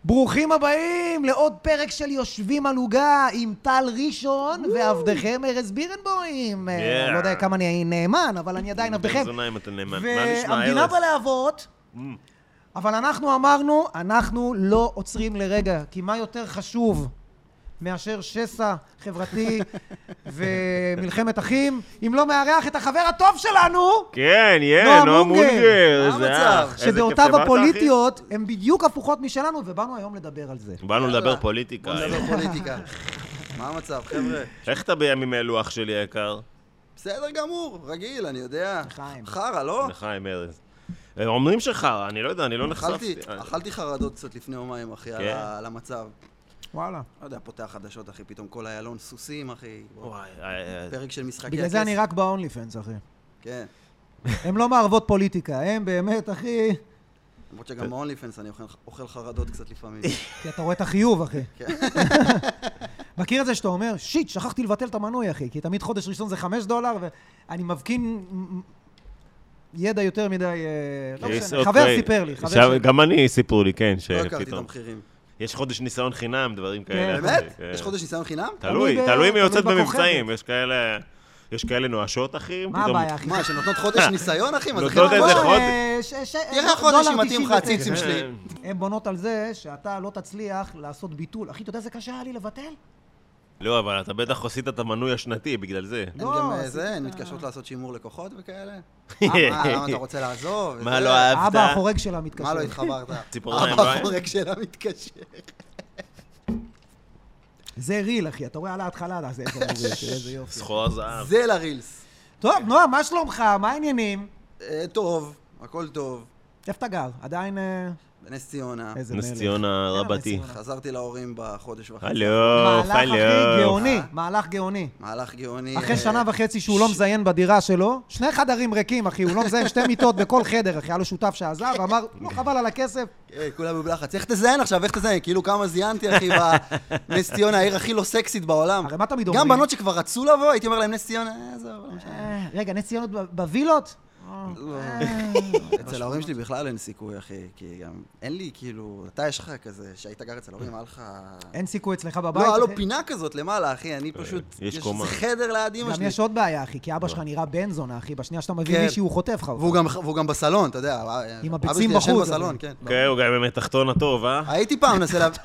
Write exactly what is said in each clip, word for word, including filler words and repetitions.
ברוכים הבאים לעוד פרק של יושבים על עוגה עם טל ראשון ועבדכם ארז בירנבוים. לא יודע כמה אני נאמן, אבל אני עדיין עבדכם. והמדינה בלהבות, אבל אנחנו אמרנו, אנחנו לא עוצרים לרגע, כי מה יותר חשוב מאשר שסע חברתי ומלחמת אחים, אם לא מארח את החבר הטוב שלנו, כן, יא, נועם מונגר, איזה אח. שדעותיו הפוליטיות הן בדיוק הפוכות משלנו, ובאנו היום לדבר על זה. באנו לדבר פוליטיקה. בוא נדבר פוליטיקה. מה המצב, חבר'ה? איך אתה בימים אלו, אח שלי היקר? בסדר גמור, רגיל, אני יודע. לחיים. חרה, לא? לחיים, ארז. אומרים שחרה, אני לא יודע, אני לא נחשפתי. אכלתי חרדות קצת לפני יומיים, אחי, על המצב. וואלה. לא יודע, פותח חדשות, אחי, פתאום כל איילון סוסים, אחי. וואי, פרק של משחקי הכס. בגלל זה אני רק באונלי פנס, אחי. כן. הם לא מערבות פוליטיקה, הם באמת, אחי. למרות שגם באונלי פנס אני אוכל חרדות קצת לפעמים. כי אתה רואה את החיוב, אחי. כן. מכיר את זה שאתה אומר, שיט, שכחתי לבטל את המנוי, אחי, כי תמיד חודש ראשון זה חמש דולר, ואני מבקין ידע יותר מדי, לא משנה, חבר סיפר לי. גם אני סיפרו לי, כן. לא הכרתי את המחירים. יש חודש ניסיון חינם, דברים כאלה. באמת? יש חודש ניסיון חינם? תלוי, תלוי מי יוצאת במבצעים. יש כאלה, יש כאלה נואשות, אחי. מה הבעיה, אחי? מה, שנותנות חודש ניסיון, אחי? נותנות איזה חודש. תראה חודש אם מתאים לך הציצים שלי. הן בונות על זה שאתה לא תצליח לעשות ביטול. אחי, אתה יודע, זה קשה היה לי לבטל? לא, אבל אתה בטח עשית את המנוי השנתי בגלל זה. אין גם זה, הן מתקשרות לעשות שימור לקוחות וכאלה. למה אתה רוצה לעזוב? מה לא אהבת? האבא החורג שלה מתקשר. מה לא התחברת? ציפורניים האבא החורג שלה מתקשר. זה ריל, אחי, אתה רואה על ההתחלה, זה איזה יופי. סחורה זהב. זה לרילס. טוב, נועם, מה שלומך? מה העניינים? טוב, הכל טוב. איפה אתה גר? עדיין... בנס ציונה. נס ציונה רבתי. חזרתי להורים בחודש וחצי. הלו, מהלך הכי גאוני, מהלך גאוני. מהלך גאוני. אחרי שנה וחצי שהוא לא מזיין בדירה שלו, שני חדרים ריקים, אחי, הוא לא מזיין שתי מיטות בכל חדר, אחי, היה לו שותף שעזב, ואמר, לא חבל על הכסף. כולם בלחץ, איך תזיין עכשיו, איך תזיין? כאילו כמה זיינתי, אחי, בנס ציונה, העיר הכי לא סקסית בעולם. הרי מה תמיד אומרים? גם בנות שכבר רצו לבוא, הייתי אומר להם נס ציונה, רגע, נס ציונות בווילות? אצל ההורים שלי בכלל אין סיכוי, אחי, כי גם אין לי, כאילו, אתה יש לך כזה, שהיית גר אצל ההורים, היה לך... אין סיכוי אצלך בבית? לא, היה לו פינה כזאת למעלה, אחי, אני פשוט... יש חדר ליד אמא שלי. גם יש עוד בעיה, אחי, כי אבא שלך נראה בן זונה, אחי, בשנייה שאתה מביא מישהי הוא חוטף לך. והוא גם בסלון, אתה יודע. עם הביצים בחוץ. כן, הוא גם באמת תחתון הטוב, אה? הייתי פעם מנסה להביא...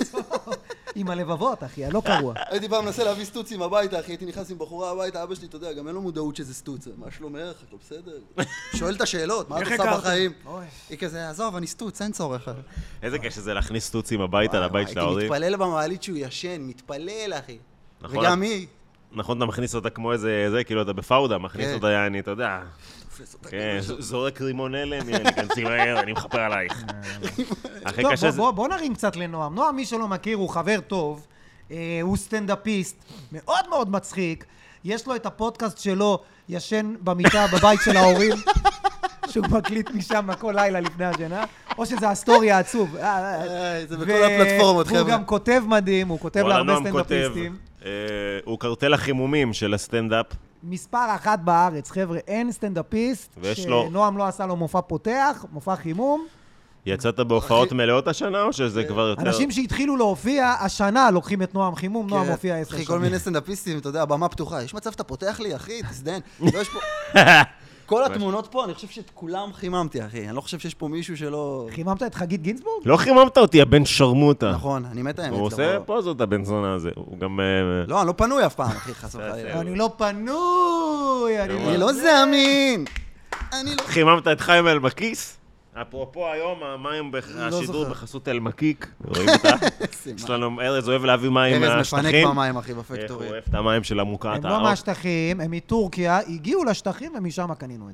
עם הלבבות, אחי, הלא קרוע. הייתי פעם מנסה להביא סטוצים הביתה, אחי, הייתי נכנס עם בחורה הביתה, אבא שלי, אתה יודע, גם אין לו מודעות שזה סטוץ. מה שלומך? אתה בסדר? שואל את השאלות, מה אתה עושה בחיים? היא כזה, עזוב, אני סטוץ, אין צורך. איזה קשה זה להכניס סטוצים הביתה לבית של ההורים. הייתי מתפלל במעלית שהוא ישן, מתפלל, אחי. וגם היא. נכון, אתה מכניס אותה כמו איזה, זה, כאילו אתה בפאודה, מכניס אותה, יעני, אתה יודע. כן, זורק רימון אלם, יעני, כנסי מהר, אני מחפר עלייך. טוב, בוא נרים קצת לנועם. נועם, מי שלא מכיר, הוא חבר טוב, הוא סטנדאפיסט, מאוד מאוד מצחיק. יש לו את הפודקאסט שלו, ישן במיטה בבית של ההורים, שהוא מקליט משם כל לילה לפני השינה, או שזה הסטורי העצוב. זה בכל הפלטפורמות, חבר'ה. והוא גם כותב מדהים, הוא כותב להרבה סטנדאפיסטים. הוא קרטל החימומים של הסטנדאפ. מספר אחת בארץ, חבר'ה, אין סטנדאפיסט שנועם לא עשה לו מופע פותח, מופע חימום. יצאת בהופעות מלאות השנה, או שזה כבר יותר... אנשים שהתחילו להופיע, השנה לוקחים את נועם חימום, נועם הופיע עשר שנים. אחי, כל מיני סטנדאפיסטים, אתה יודע, הבמה פתוחה. יש מצב שאתה פותח לי, אחי, תסדן. לא יש פה... כל התמונות פה, אני חושב שאת כולם חיממתי, אחי. אני לא חושב שיש פה מישהו שלא... חיממת את חגית גינצבורג? לא חיממת אותי, הבן שרמוטה. נכון, אני מת האמת. הוא עושה פה זאת הבן זונה הזה. הוא גם... לא, אני לא פנוי אף פעם, אחי, חס וחלילה. אני לא פנוי, אני לא זמין. חיממת את חיים אלמקיס? אפרופו היום, המים, השידור בחסות אלמקיק, רואים אותה? יש לנו, ארז אוהב להביא מים מהשטחים. ארז מפנק במים, אחי, בפקטורי. הוא אוהב את המים של המוקעת. הם לא מהשטחים, הם מטורקיה, הגיעו לשטחים ומשם קנינו את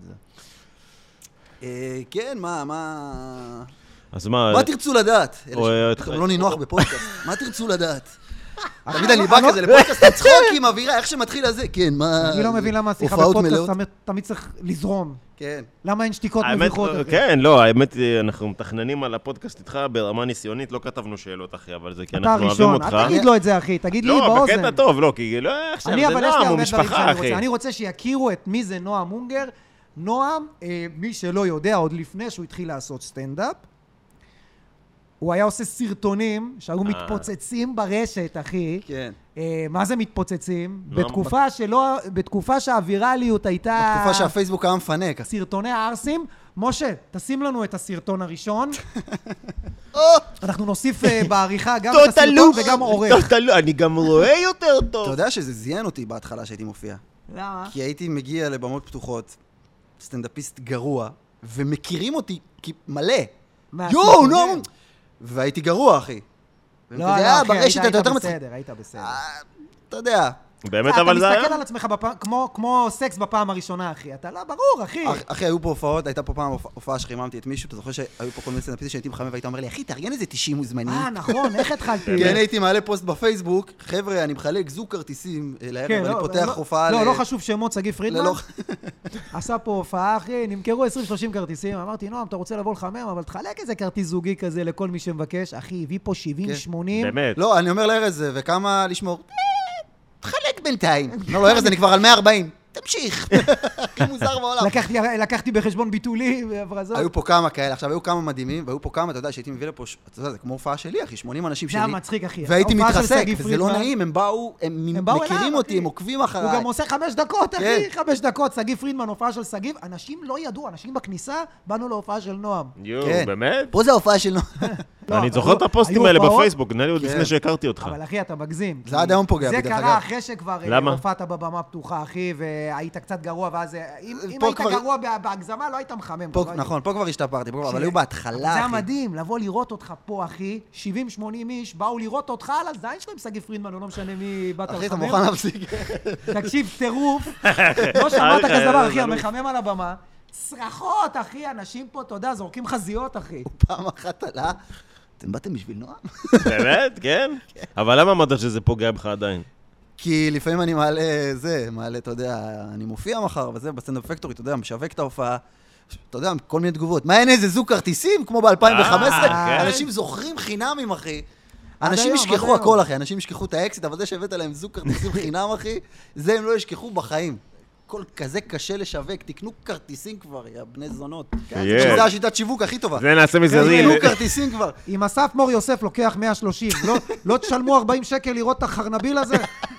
זה. כן, מה, מה... אז מה... מה תרצו לדעת? אתם לא נינוח בפודקאסט. מה תרצו לדעת? תמיד אני בא כזה לפודקאסט, תצחוק עם אווירה, איך שמתחיל הזה, כן, מה... אני לא מבין למה השיחה בפודקאסט תמיד צריך לזרום. כן. למה אין שתיקות מבוכות? כן, לא, האמת, אנחנו מתכננים על הפודקאסט איתך ברמה ניסיונית, לא כתבנו שאלות, אחי, אבל זה כי אנחנו אוהבים אותך. אתה ראשון, אל תגיד לו את זה, אחי, תגיד לי באוזן. לא, בקטע טוב, לא, כי לא, עכשיו, זה נועם, הוא משפחה, אחי. אני רוצה שיכירו את מי זה נועם מונגר. נועם, מי שלא יודע, עוד לפני שהוא התחיל לעשות סטנדאפ, הוא היה עושה סרטונים שהיו מתפוצצים ברשת, אחי. כן. מה זה מתפוצצים? בתקופה שלא, בתקופה שהווירליות הייתה... בתקופה שהפייסבוק היה מפנק. סרטוני הארסים. משה, תשים לנו את הסרטון הראשון. אנחנו נוסיף בעריכה גם את הסרטון וגם עורך. אני גם רואה יותר טוב. אתה יודע שזה זיין אותי בהתחלה שהייתי מופיע. למה? כי הייתי מגיע לבמות פתוחות, סטנדאפיסט גרוע, ומכירים אותי מלא. יואו, נו! והייתי גרוע, אחי. לא, לא, אחי, היית בסדר, היית בסדר. אתה יודע. באמת, אבל זה היה? אתה מסתכל על עצמך כמו סקס בפעם הראשונה, אחי. אתה לא, ברור, אחי. אחי, היו פה הופעות, הייתה פה פעם הופעה שחיממתי את מישהו, אתה זוכר שהיו פה כל מיני סטנדאפיסטים שהייתי מחמם, והיית אומר לי, אחי, תארגן איזה תשעים מוזמנים. אה, נכון, איך התחלתי? כן, הייתי מעלה פוסט בפייסבוק, חבר'ה, אני מחלק זוג כרטיסים לערב, אני פותח הופעה ל... לא, לא חשוב שמות, שגיא פרידמן. עשה פה הופעה, אחי, נמכרו עשרים שלושים כרטיסים. אמרתי, נועם, אתה רוצה לבוא לחמם, אבל תחלק איזה כרטיס זוגי כזה לכל מי שמבקש. אחי, הביא פה שבעים שמונים. באמת. לא, אני אומר לארז, וכמה לשמור? חלק בינתיים. לא, לא, ארז, אני כבר על מאה וארבעים. תמשיך. הכי מוזר בעולם. לקחתי בחשבון ביטולי והברזות. היו פה כמה כאלה. עכשיו, היו כמה מדהימים, והיו פה כמה, אתה יודע, שהייתי מביא לפה, אתה יודע, זה כמו הופעה שלי, אחי, שמונים אנשים שלי. זה מצחיק, אחי. והייתי מתרסק, וזה לא נעים, הם באו, הם מכירים אותי, הם עוקבים אחריי. הוא גם עושה חמש דקות, אחי, חמש דקות. שגיא פרידמן, הופעה של שגיא. אנשים לא ידעו, אנשים בכניסה, באנו להופעה של נועם. יואו, באמת? פה זה ההופעה של נועם. אני זוכר את הפוסטים האלה בפייסבוק, נראה לי עוד לפני שהכרתי אותך. אבל אחי, אתה מגזים. זה עד היום פוגע, זה קרה אחרי שכבר הופעת בבמה פתוחה, אחי, והיית קצת גרוע, ואז אם היית גרוע בהגזמה, לא היית מחמם. נכון, פה כבר השתפרתי, אבל היו בהתחלה, זה היה מדהים, לבוא לראות אותך פה, אחי, שבעים שמונים איש, באו לראות אותך על הזין שלהם, שגיא פרידמן, לא משנה מי באת לחמם. אחי, אתה מוכן להפסיק. תקשיב, טירוף. לא שמעת כזה דבר, אחי, המחמם על הבמה. צרחות, אחי, אנשים פה, אתה יודע, זורקים חזיות, אחי. פעם אחת עלה. אתם באתם בשביל נועם? באמת? כן? אבל למה אמרת שזה פוגע בך עדיין? כי לפעמים אני מעלה זה, מעלה, אתה יודע, אני מופיע מחר, וזה, בסטנדאפ פקטורי, אתה יודע, משווק את ההופעה, אתה יודע, כל מיני תגובות. מה, אין איזה זוג כרטיסים, כמו ב-אלפיים וחמש עשרה? אנשים זוכרים חינמים, אחי. אנשים ישכחו הכל, אחי, אנשים ישכחו את האקסיט, אבל זה שהבאת להם זוג כרטיסים חינם, אחי, זה הם לא ישכחו בחיים. כל כזה קשה לשווק, תקנו כרטיסים כבר, יא בני זונות. שזה השיטת שיווק הכי טובה. זה נעשה מזרעי. תקנו כרטיסים כבר. אם אסף מור יוסף לוקח מאה ושלושים, לא תשלמו ארבעים שקל לראות את החרנביל הזה?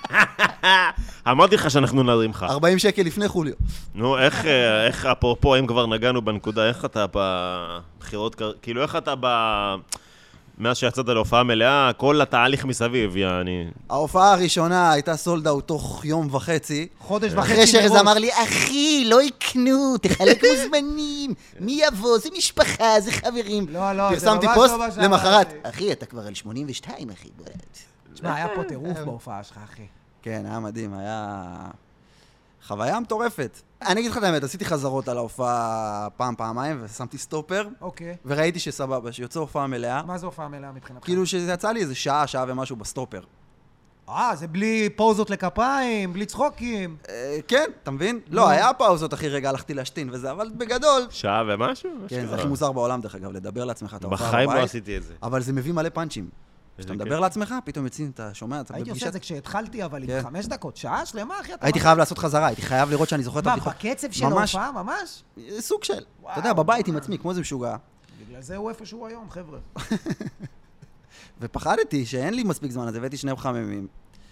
אמרתי לך שאנחנו נרים לך. ארבעים שקל לפני חוליו. נו, איך, אפרופו, אם כבר נגענו בנקודה, איך אתה בבחירות, כאילו איך אתה ב... מאז שיצאת להופעה מלאה, כל התהליך מסביב, יעני. ההופעה הראשונה הייתה סולד אאוט תוך יום וחצי. חודש וחצי מראש. אחרי שארז אמר לי, אחי, לא יקנו, תחלק מוזמנים. מי יבוא? זה משפחה, זה חברים. לא, לא, פרסמתי פוסט למחרת. אחי, אתה כבר על שמונים ושתיים, אחי. תשמע, היה פה טירוף בהופעה שלך, אחי. כן, היה מדהים, היה... חוויה מטורפת. אני אגיד לך את האמת, עשיתי חזרות על ההופעה פעם, פעמיים, ושמתי סטופר. אוקיי. וראיתי שסבבה, שיוצא הופעה מלאה. מה זה הופעה מלאה מבחינתך? כאילו שזה יצא לי איזה שעה, שעה ומשהו בסטופר. אה, זה בלי פאוזות לכפיים, בלי צחוקים. כן, אתה מבין? לא, היה פאוזות, אחי, רגע, הלכתי להשתין וזה, אבל בגדול... שעה ומשהו? כן, זה הכי מוזר בעולם, דרך אגב, לדבר לעצמך את ההופעה בבית. בחיים לא עשיתי את זה. אבל זה מביא מלא פאנצ'ים. כשאתה מדבר לעצמך, פתאום יוצאים, אתה שומע, אתה הייתי עושה את זה כשהתחלתי, אבל עם חמש דקות, שעה שלמה, אחי, אתה... הייתי חייב לעשות חזרה, הייתי חייב לראות שאני זוכר את הבדיחות. מה, בקצב של ההופעה, ממש? סוג של. אתה יודע, בבית עם עצמי, כמו זה משוגע. בגלל זה הוא איפשהו היום, חבר'ה. ופחדתי שאין לי מספיק זמן, אז הבאתי שני מחממים.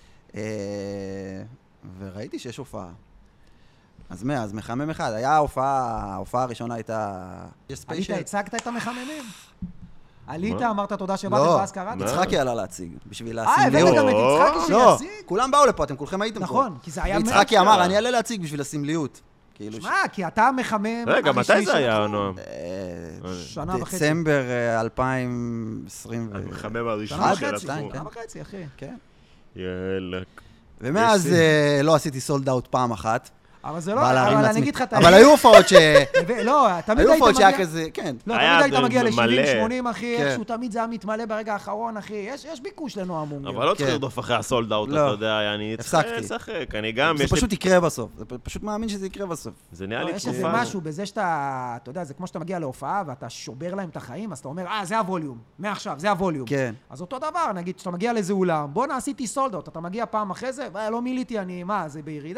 וראיתי שיש הופעה. אז מה, אז מחמם אחד. היה ההופעה, ההופעה הראשונה הייתה... עלית, הצגת את המחממים? עלית, אמרת תודה שבאתם ואז קראתי? לא, יצחקי עלה להציג, בשביל להשיג. אה, הבאת גם את יצחקי שיציג? כולם באו לפה, אתם כולכם הייתם פה. נכון, כי זה היה... ויצחקי אמר, אני אעלה להציג בשביל הסמליות. שמע, כי אתה מחמם... רגע, מתי זה היה, נועם? שנה וחצי. דצמבר אלפיים עשרים. המחמם הראשון של עצמו. שנה וחצי, אחי. כן. יאללה. ומאז לא עשיתי סולד אאוט פעם אחת. אבל זה לא, אבל אני אגיד לך... אבל היו הופעות ש... לא, תמיד היית מגיע... היו הופעות שהיה כזה, כן. לא, תמיד היית מגיע ל-שבעים שמונים, אחי, איכשהו תמיד זה היה מתמלא ברגע האחרון, אחי. יש ביקוש לנועם מונגר. אבל לא צריך לרדוף אחרי הסולד אאוט, אתה יודע, אני צריך לשחק, אני גם... זה פשוט יקרה בסוף, זה פשוט מאמין שזה יקרה בסוף. זה נראה לי תקופה. יש איזה משהו בזה שאתה, אתה יודע, זה כמו שאתה מגיע להופעה ואתה שובר להם את החיים, אז אתה אומר, אה, זה הווליום, מעכשיו, זה הווליום. כן. אז אותו דבר, נגיד, שאתה מגיע לאיזה אולם, בוא נעשיתי סולד אאוט, אתה מגיע פעם אחרי זה, לא מיליתי, אני, מה, זה בירידה?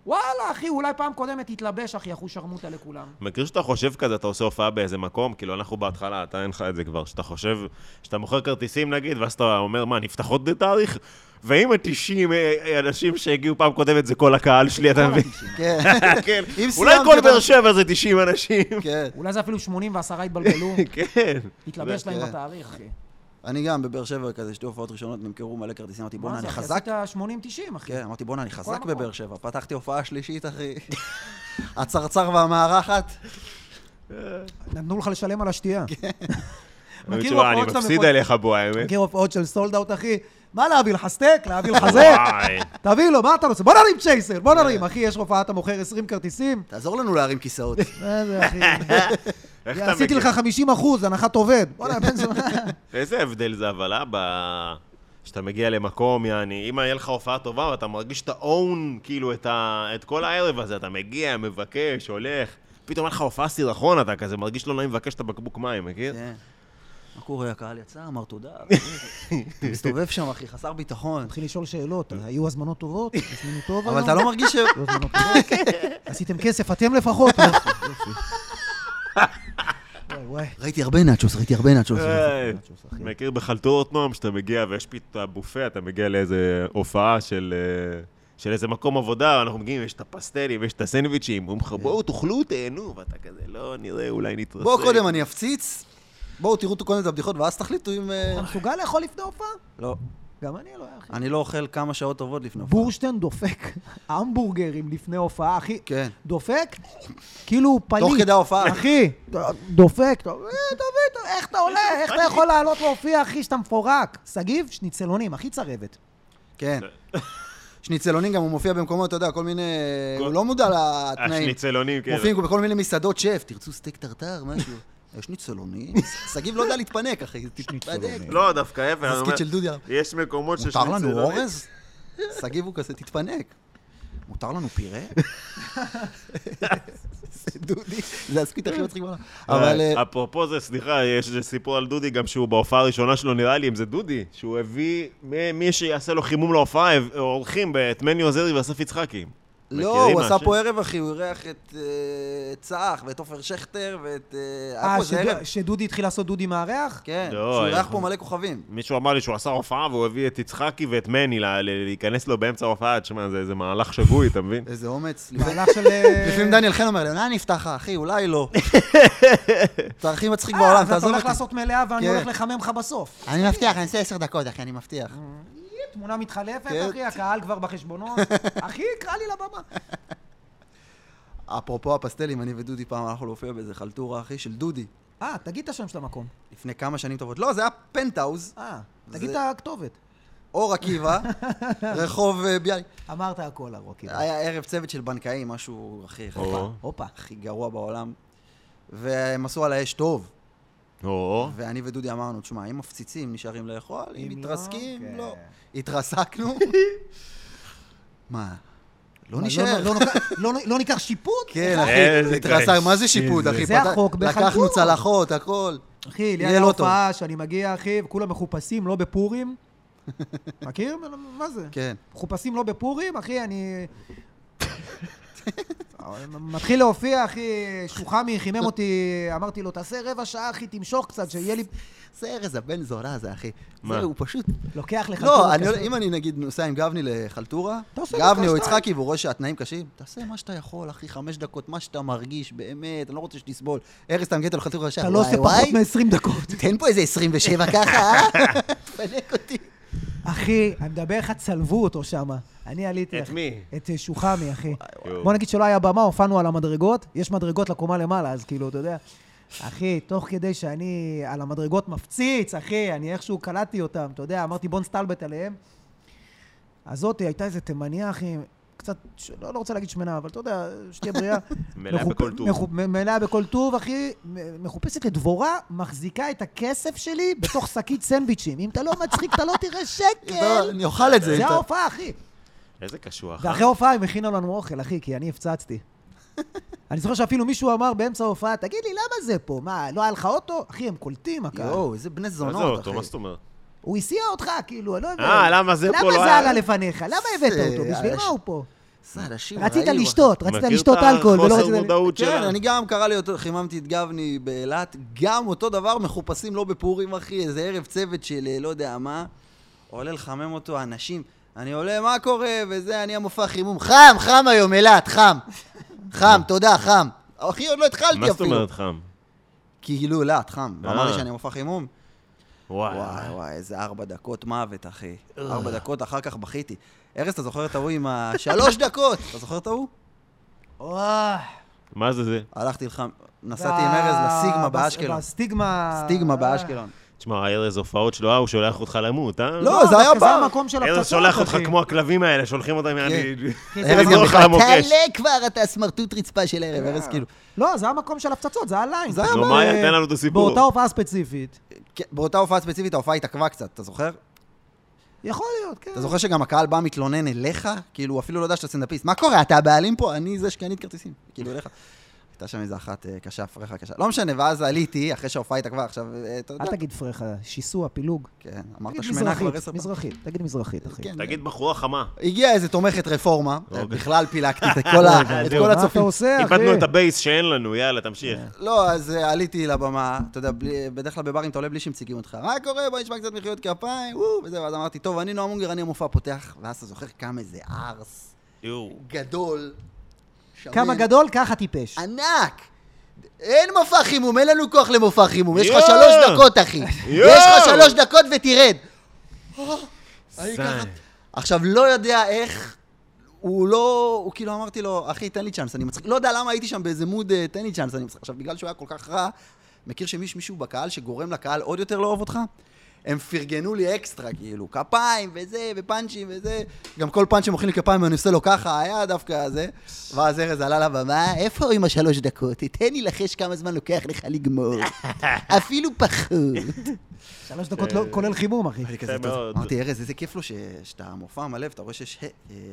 וואלה, אחי, אולי פעם קודמת תתלבש, אחי, אחו שרמוטה לכולם. מכיר שאתה חושב כזה, אתה עושה הופעה באיזה מקום, כאילו אנחנו בהתחלה, אתה אין לך את זה כבר, שאתה חושב, שאתה מוכר כרטיסים נגיד, ואז אתה אומר, מה, נפתח עוד תאריך? ואם ה-תשעים אנשים שהגיעו פעם קודמת זה כל הקהל שלי, אתה מבין? כן. אולי כל באר שבע זה תשעים אנשים. אולי זה אפילו שמונים ועשרה התבלבלו. כן. התלבש להם בתאריך, אחי. אני גם בבאר שבע כזה, שתי הופעות ראשונות נמכרו מלא כרטיסים, אמרתי בוא'נה, אני חזק. מה זה, עשית שמונים תשעים, אחי? כן, אמרתי בוא'נה, אני חזק בבאר שבע. פתחתי הופעה שלישית, אחי. הצרצר והמארחת. נתנו לך לשלם על השתייה. אני מפסיד עליך בו, האמת. מכיר הופעות של סולד אאוט, אחי? מה להביא לך סטייק? להביא לך זה? תביא לו, מה אתה רוצה? בוא נרים צ'ייסר, בוא נרים. אחי, יש הופעה, אתה מוכר עשרים כרטיסים. תעזור לנו להרים כיסאות. איזה אחי. עשיתי לך חמישים אחוז, הנחת עובד. איזה הבדל זה אבל, אה? שאתה מגיע למקום, יעני, אם היה לך הופעה טובה, ואתה מרגיש את האון, כאילו, את כל הערב הזה, אתה מגיע, מבקש, הולך, פתאום היה לך הופעה סירחון, אתה כזה מרגיש לא נעים מבקש את הבקבוק מים, מכיר? כן. מה קורה? הקהל יצא, אמר תודה. מסתובב שם, אחי, חסר ביטחון. התחיל לשאול שאלות, היו הזמנות טובות? הזמינו טוב? אבל אתה לא מרגיש ש... עשיתם כסף, אתם לפחות. ראיתי הרבה נאצ'וס, ראיתי הרבה נאצ'וס. מכיר בחלטורות נועם, שאתה מגיע ויש פתאום בופה, אתה מגיע לאיזה הופעה של... של איזה מקום עבודה, אנחנו מגיעים, יש את הפסטלים, יש את הסנדוויצ'ים, אומרים לך, בואו, תאכלו, תהנו, ואתה כזה, לא, נראה, אולי נתרסק. בואו קודם אני אפציץ, בואו תראו קודם את הבדיחות, ואז תחליטו אם... אתה מסוגל לאכול לפני הופעה? לא. גם אני לא, אחי. אני לא אוכל כמה שעות טובות לפני הופעה. בורשטיין דופק המבורגרים לפני הופעה, אחי. כן. דופק, כאילו פליט. תוך כדי ההופעה. אחי, דופק, תביא, איך אתה עולה? איך אתה יכול לעלות להופיע, אחי, שאתה מפורק? סגיב, שניצלונים, הכי צרבת. כן. שניצלונים גם הוא מופיע במקומות, אתה יודע, כל מיני... הוא לא מודע לתנאים. השניצלונים, כן. מופיעים בכל מיני מסעדות שף, תרצו סטייק טרטר, משהו. יש ניצלונים? סגיב לא יודע להתפנק, אחי. תתפנק. לא, דווקא, איפה. זה סקיט של דודי. יש מקומות שיש מותר לנו אורז? סגיב הוא כזה, תתפנק. מותר לנו פירה? זה דודי. זה הסקיט הכי מצחיק בעולם. אבל... אפרופו זה, סליחה, יש סיפור על דודי, גם שהוא בהופעה הראשונה שלו, נראה לי, אם זה דודי, שהוא הביא, מי שיעשה לו חימום להופעה, הולכים את מני עוזרי ואסף יצחקי. לא, הוא עשה פה ערב, אחי, הוא אירח את צח ואת עופר שכטר ואת... אה, שדודי התחיל לעשות דודי מארח? כן, שהוא אירח פה מלא כוכבים. מישהו אמר לי שהוא עשה הופעה והוא הביא את יצחקי ואת מני להיכנס לו באמצע ההופעה, תשמע, זה מהלך שגוי, אתה מבין? איזה אומץ. מהלך של... לפעמים דניאל חן אומר לי, נא נפתח, אחי, אולי לא. אתה הכי מצחיק בעולם, תעזוב אותי. אתה הולך לעשות מלאה ואני הולך לחמם לך בסוף. אני מבטיח, אני אעשה עשר דקות, אחי, אני מבטיח. תמונה מתחלפת, אחי, הקהל כבר בחשבונות. אחי, קרא לי לבמה. אפרופו הפסטלים, אני ודודי פעם הלכנו להופיע באיזה חלטורה, אחי, של דודי. אה, תגיד את השם של המקום. לפני כמה שנים טובות. לא, זה היה פנטאוז. אה, תגיד את הכתובת. אור עקיבא, רחוב ביאליק. אמרת הכל, אור עקיבא. היה ערב צוות של בנקאים, משהו, אחי, הופה. הכי גרוע בעולם. והם עשו על האש טוב. ואני ודודי אמרנו, תשמע, אם מפציצים נשארים לאכול, אם מתרסקים, לא. התרסקנו. מה? לא נשאר. לא ניקח שיפוט? כן, אחי, התרסק, מה זה שיפוט, אחי? זה החוק בחלטורה. לקחנו צלחות, הכל. אחי, ליד ההופעה שאני מגיע, אחי, וכולם מחופשים, לא בפורים. מכיר? מה זה? כן. מחופשים לא בפורים, אחי, אני... מתחיל להופיע, אחי, שוחמי, חימם אותי, אמרתי לו, תעשה רבע שעה, אחי, תמשוך קצת, שיהיה לי... זה ארז הבן זונה הזה, אחי. זה, הוא פשוט... לוקח לחלטורה. לא, אם אני נגיד נוסע עם גבני לחלטורה, גבני או יצחקי, והוא רואה שהתנאים קשים, תעשה מה שאתה יכול, אחי, חמש דקות, מה שאתה מרגיש, באמת, אני לא רוצה שתסבול. ארז, אתה מגיע אותו לחלטורה, אתה לא עושה פחות מ-עשרים דקות. תן פה איזה עשרים ושבע ככה, אה? תפנק אותי. אחי, אני מדבר איך צלבו אותו שם. אני עליתי... את מי? את שוחמי, אחי. בוא נגיד שלא היה במה, הופענו על המדרגות. יש מדרגות לקומה למעלה, אז כאילו, אתה יודע. אחי, תוך כדי שאני על המדרגות מפציץ, אחי, אני איכשהו קלטתי אותם, אתה יודע, אמרתי בוא נסתלבט עליהם. אז זאתי הייתה איזה תימניה, אחי, קצת, לא, לא רוצה להגיד שמנה, אבל אתה יודע, שתהיה בריאה. מלאה בכל טוב. מלאה בכל טוב, אחי, מחופשת לדבורה, מחזיקה את הכסף שלי בתוך שקית סנדוויצ'ים. אם אתה לא מצחיק, אתה לא תראה שקל. אני אוכל את זה. זה ההופעה, אחי. איזה קשוח. ואחרי ההופעה הם הכינו לנו אוכל, אחי, כי אני הפצצתי. אני זוכר שאפילו מישהו אמר באמצע ההופעה, תגיד לי, למה זה פה? מה, לא היה לך אוטו? אחי, הם קולטים, הקהל. יואו, איזה בני זונות, אחי. מה זה אוטו? מה זאת אומרת? הוא הסיע אותך, כאילו, אני לא יודע. אה, למה זה פה לא היה? למה זה עלה לפניך? למה הבאת אותו? בשביל מה הוא פה? רצית לשתות, רצית לשתות אלכוהול, ולא רצית... כן, אני גם קרא לי אותו, חיממתי את גבני באילת, גם אותו דבר, מחופשים לא בפורים, אחי, איזה ערב צוות של לא יודע מה, עולה לחמם אותו, אנשים, אני עולה, מה קורה, וזה, אני המופע חימום, חם, חם היום, אילת, חם, חם, תודה, חם. אחי, עוד לא התחלתי אפילו. מה זאת אומרת חם? כאילו, אילת, חם, ואמר לי שאני המופע חימום. וואי, וואי, וואי, איזה ארבע דקות מוות, אחי. ארבע דקות, אחר כך בכיתי. ארז, אתה זוכר את ההוא עם השלוש דקות? אתה זוכר את ההוא? וואי. מה זה זה? הלכתי לך, נסעתי עם ארז לסיגמה באשקלון. בסטיגמה... סטיגמה באשקלון. תשמע, ארז הופעות שלו, הוא שולח אותך למות, אה? לא, זה היה זה המקום של הפצצות, ארז שולח אותך כמו הכלבים האלה, שולחים אותם, ארז גם בכלל, תעלה כבר, אתה סמרטוט רצפה של ערב, ארז כאילו. לא, זה המקום של הפצצות, זה הליין. זה היה נו, מה, תן לנו את הסיפור. באותה הופעה ספציפית. באותה הופעה ספציפית, ההופעה התעכבה קצת, אתה זוכר? יכול להיות, כן. אתה זוכר שגם הקהל בא מתלונן אליך? כאילו, אפילו לא יודע שאתה סטנדאפיסט. מה קורה? אתה הבעלים פה? אני זה שקנית כרטיסים. כאילו, אליך. הייתה שם איזה אחת קשה, פרחה קשה. לא משנה, ואז עליתי, אחרי שההופעה התעכבה, עכשיו, אתה יודע. אל תגיד פרחה, שיסוע, פילוג. כן, אמרת שמנה כבר עשר פעם. מזרחית, תגיד מזרחית, אחי. תגיד בחורה חמה. הגיעה איזה תומכת רפורמה, בכלל פילגתי את כל הצופים. מה אתה עושה, אחי? איבדנו את הבייס שאין לנו, יאללה, תמשיך. לא, אז עליתי לבמה, אתה יודע, בדרך כלל בברים אתה עולה בלי שמציגים אותך. מה קורה? בוא נשמע קצת מחיאות כפיים, וזה, ואז אמרתי, טוב, אני נועם אונגר, אני המופע פותח, ואז אתה זוכר כמה איזה ארס גדול. כמה גדול, ככה טיפש. ענק. אין מופע חימום, אין לנו כוח למופע חימום, יש לך שלוש דקות, אחי. יש לך שלוש דקות ותרד. עכשיו, לא יודע איך, הוא לא, הוא כאילו אמרתי לו, אחי, תן לי צ'אנס, אני מצחיק. לא יודע למה הייתי שם באיזה מוד, תן לי צ'אנס, אני מצחיק. עכשיו, בגלל שהוא היה כל כך רע, מכיר שמיש מישהו בקהל שגורם לקהל עוד יותר לא אוהב אותך? הם פרגנו לי אקסטרה, כאילו, כפיים וזה, ופאנצ'ים וזה. גם כל פאנצ' שמוכרים לי כפיים, אני עושה לו ככה, היה דווקא זה. ואז ארז עלה לבמה, איפה הוא עם השלוש דקות? תתן לי לחש כמה זמן לוקח לך לגמור. אפילו פחות. שלוש דקות לא כולל חימום, אחי. אמרתי, ארז, איזה כיף לו שאתה מופע מלא, ואתה רואה שיש...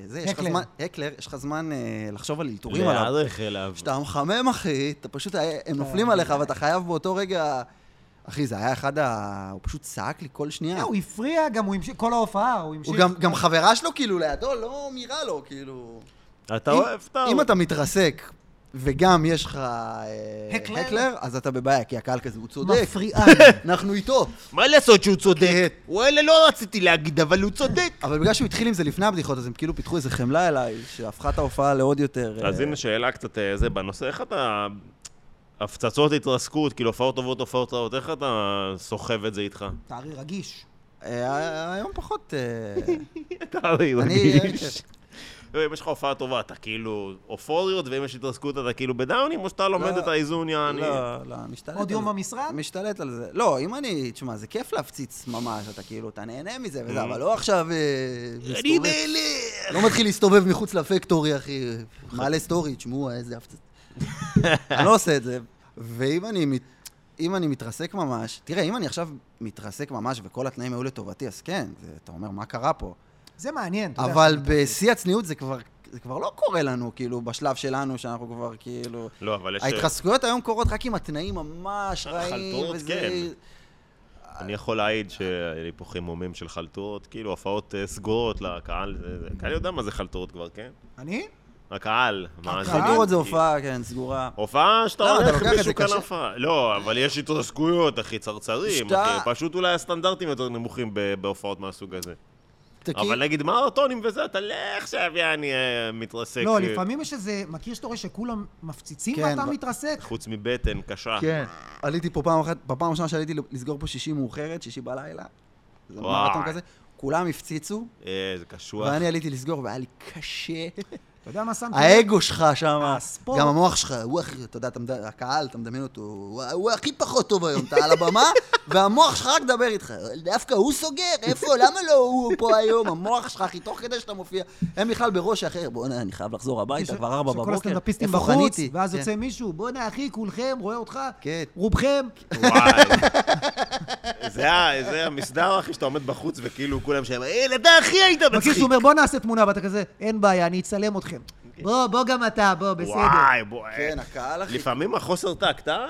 הקלר, יש לך זמן לחשוב על אלתורים עליו. שאתה מחמם, אחי, אתה פשוט, הם נופלים עליך, ואתה חייב באותו רגע... אחי, זה היה אחד ה... הוא פשוט צעק לי כל שנייה. הוא הפריע, גם הוא המשיך, כל ההופעה, הוא המשיך. הוא גם חברה שלו, כאילו, לידו, לא מירה לו, כאילו... אתה אוהב, אתה אוהב. אם אתה מתרסק, וגם יש לך הקלר, אז אתה בבעיה, כי הקהל כזה, הוא צודק. מפריעה. אנחנו איתו. מה לעשות שהוא צודק? וואלה, לא רציתי להגיד, אבל הוא צודק. אבל בגלל שהוא התחיל עם זה לפני הבדיחות, אז הם כאילו פיתחו איזה חמלה אליי, שהפכה את ההופעה לעוד יותר... אז הנה שאלה קצת, זה, בנושא, איך אתה... הפצצות התרסקות, כאילו הופעות טובות, הופעות רעות, איך אתה סוחב את זה איתך? אתה הרי רגיש. היום פחות... אתה הרי רגיש. אם יש לך הופעה טובה, אתה כאילו אופוריות, ואם יש התרסקות, אתה כאילו בדאונים, או שאתה לומד את האיזון, יעני? לא, לא, משתלט. עוד יום במשרד? משתלט על זה. לא, אם אני... תשמע, זה כיף להפציץ ממש, אתה כאילו, אתה נהנה מזה וזה, אבל לא עכשיו... אני נהנה! לא מתחיל להסתובב מחוץ לפקטורי, אחי. מעלה סטורי, תשמעו, איזה הפצץ. אני לא עושה את זה, ואם אני, אם אני מתרסק ממש, תראה, אם אני עכשיו מתרסק ממש וכל התנאים היו לטובתי, אז כן, זה, אתה אומר, מה קרה פה? זה מעניין. אבל בשיא הצניעות זה כבר, זה כבר לא קורה לנו, כאילו, בשלב שלנו, שאנחנו כבר, כאילו... לא, אבל יש... ההתרסקויות היום קורות רק עם התנאים ממש רעים, וזה... כן. אני יכול להעיד שהיה לי פה חימומים של חלטורות, כאילו, הופעות סגורות לקהל, קהל יודע מה זה חלטורות כבר, כן? אני? הקהל. חלטורות זה הופעה, כן, סגורה. הופעה שאתה הולך מישהו כאן הופעה. לא, אבל יש התרסקויות, אחי, צרצרים, אחי, פשוט אולי הסטנדרטים יותר נמוכים בהופעות מהסוג הזה. אבל נגיד מרתונים וזה, אתה לך עכשיו, יעני, מתרסק. לא, לפעמים יש איזה, מכיר שאתה רואה שכולם מפציצים ואתה מתרסק? חוץ מבטן, קשה. כן. עליתי פה פעם אחת, בפעם ראשונה שעליתי לסגור פה שישי מאוחרת, שישי בלילה. זה מרתון כזה. כולם הפציצו. זה קשוח. ואני עליתי לסגור, והיה לי קשה. אתה יודע מה שמתי? האגו שלך שם, גם המוח שלך, הוא הכי, אתה יודע, הקהל, אתה מדמיין אותו, הוא הכי פחות טוב היום, אתה על הבמה, והמוח שלך רק דבר איתך, דווקא הוא סוגר, איפה, למה לא הוא פה היום, המוח שלך הכי תוך כדי שאתה מופיע, הם בכלל בראש אחר, בוא'נה, אני חייב לחזור הביתה, כבר ארבע בבוקר, שכל הסטנדאפיסטים בחוץ, ואז יוצא מישהו, בוא'נה אחי, כולכם, רואה אותך, רובכם. וואי, זה המסדר, אחי, שאתה עומד בחוץ וכאילו כולם שהם, אלה, אתה הכי היית מצחיק. הוא אומר, בוא נעשה תמונה, ואתה כזה, אין בעיה, אני אצלם אתכם. בוא, בוא גם אתה, בוא, בסדר. וואי, בוא. כן, הקהל הכי... לפעמים החוסר טקט, אה?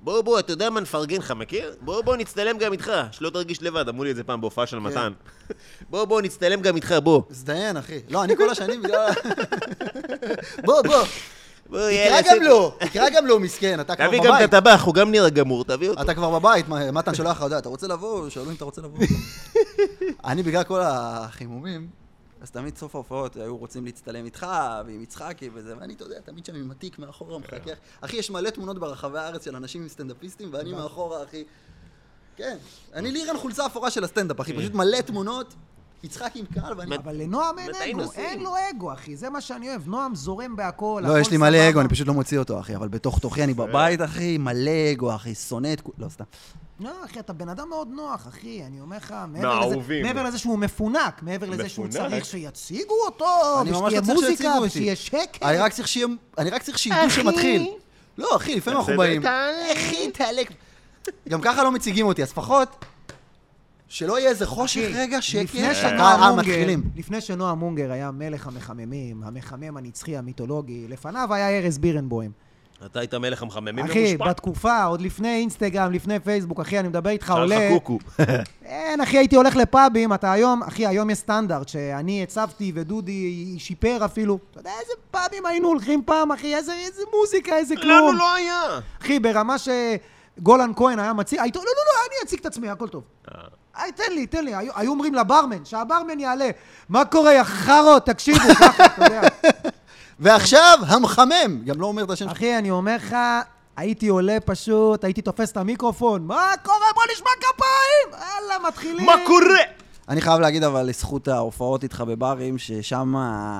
בוא, בוא, אתה יודע מה נפרגן לך, מכיר? בוא, בוא, נצטלם גם איתך, שלא תרגיש לבד, אמרו לי את זה פעם בהופעה של מתן. בוא, בוא, נצטלם גם איתך, בוא. זדיין, אחי. לא, אני כל השנים בגלל... בוא, בוא. בוא, תקרא גם לו, תקרא גם לו, מסכן, אתה כבר בבית. תביא גם את הטבח, הוא גם נראה גמור, תביא אותו. אתה כבר בבית, מתן שולח לך, אתה רוצה לבוא? שאלו אם אתה רוצה לבוא. אני בגלל כל החימומים, אז תמיד סוף ההופעות היו רוצים להצטלם איתך ועם יצחקי וזה, ואני, אתה יודע, תמיד שם עם התיק מאחורה מחכה. אחי, יש מלא תמונות ברחבי הארץ של אנשים עם סטנדאפיסטים, ואני מאחורה, אחי. כן, אני לירן חולצה אפורה של הסטנדאפ, אחי, פשוט מלא תמונות, יצחקי עם קהל, ואני... אבל לנועם אין אגו, אין לו אגו, אחי, זה מה שאני אוהב, נועם זורם בהכל. לא, יש לי מלא אגו, אני פשוט לא מוציא אותו, אחי, אבל בתוך תוכי אני בבית, אחי, מלא אגו, אחי, שונא את... לא, סתם. לא, אחי, אתה בן אדם מאוד נוח, אחי, אני אומר לך, מעבר לזה שהוא מפונק, מעבר לזה שהוא צריך שיציגו אותו, ושתהיה מוזיקה, ושיהיה שקט. אני רק צריך שידעו שמתחיל. לא, אחי, לפעמים אנחנו באים. אחי, תעלק. גם ככה לא מציגים אותי, אז פחות שלא יהיה איזה חושך רגע שקט. לפני שנועם מונגר היה מלך המחממים, המחמם הנצחי המיתולוגי, לפניו היה ארז בירנבוים. אתה היית מלך המחממים אחי, ממושפע? בתקופה, עוד לפני אינסטגרם, לפני פייסבוק, אחי, אני מדבר איתך, עולה... שלך קוקו. אין, אחי, הייתי הולך לפאבים, אתה היום, אחי, היום יש סטנדרט, שאני הצבתי ודודי שיפר אפילו. אתה יודע איזה פאבים היינו הולכים פעם, אחי, איזה, איזה מוזיקה, איזה כלום. לנו לא היה. אחי, ברמה שגולן כהן היה מציג, הייתו, לא, לא, לא, אני אציג את עצמי, הכל טוב. היי, תן לי, תן לי, היו, היו אומרים לברמן, שהברמן יעלה, מה קורה, יא חרות, תקשיבו, ככה, אתה יודע. ועכשיו, המחמם, גם לא אומר את השם. אחי, אני אומר לך, הייתי עולה פשוט, הייתי תופס את המיקרופון, מה קורה? בוא נשמע כפיים! יאללה, מתחילים. מה קורה? אני חייב להגיד, אבל לזכות ההופעות איתך בברים, ששם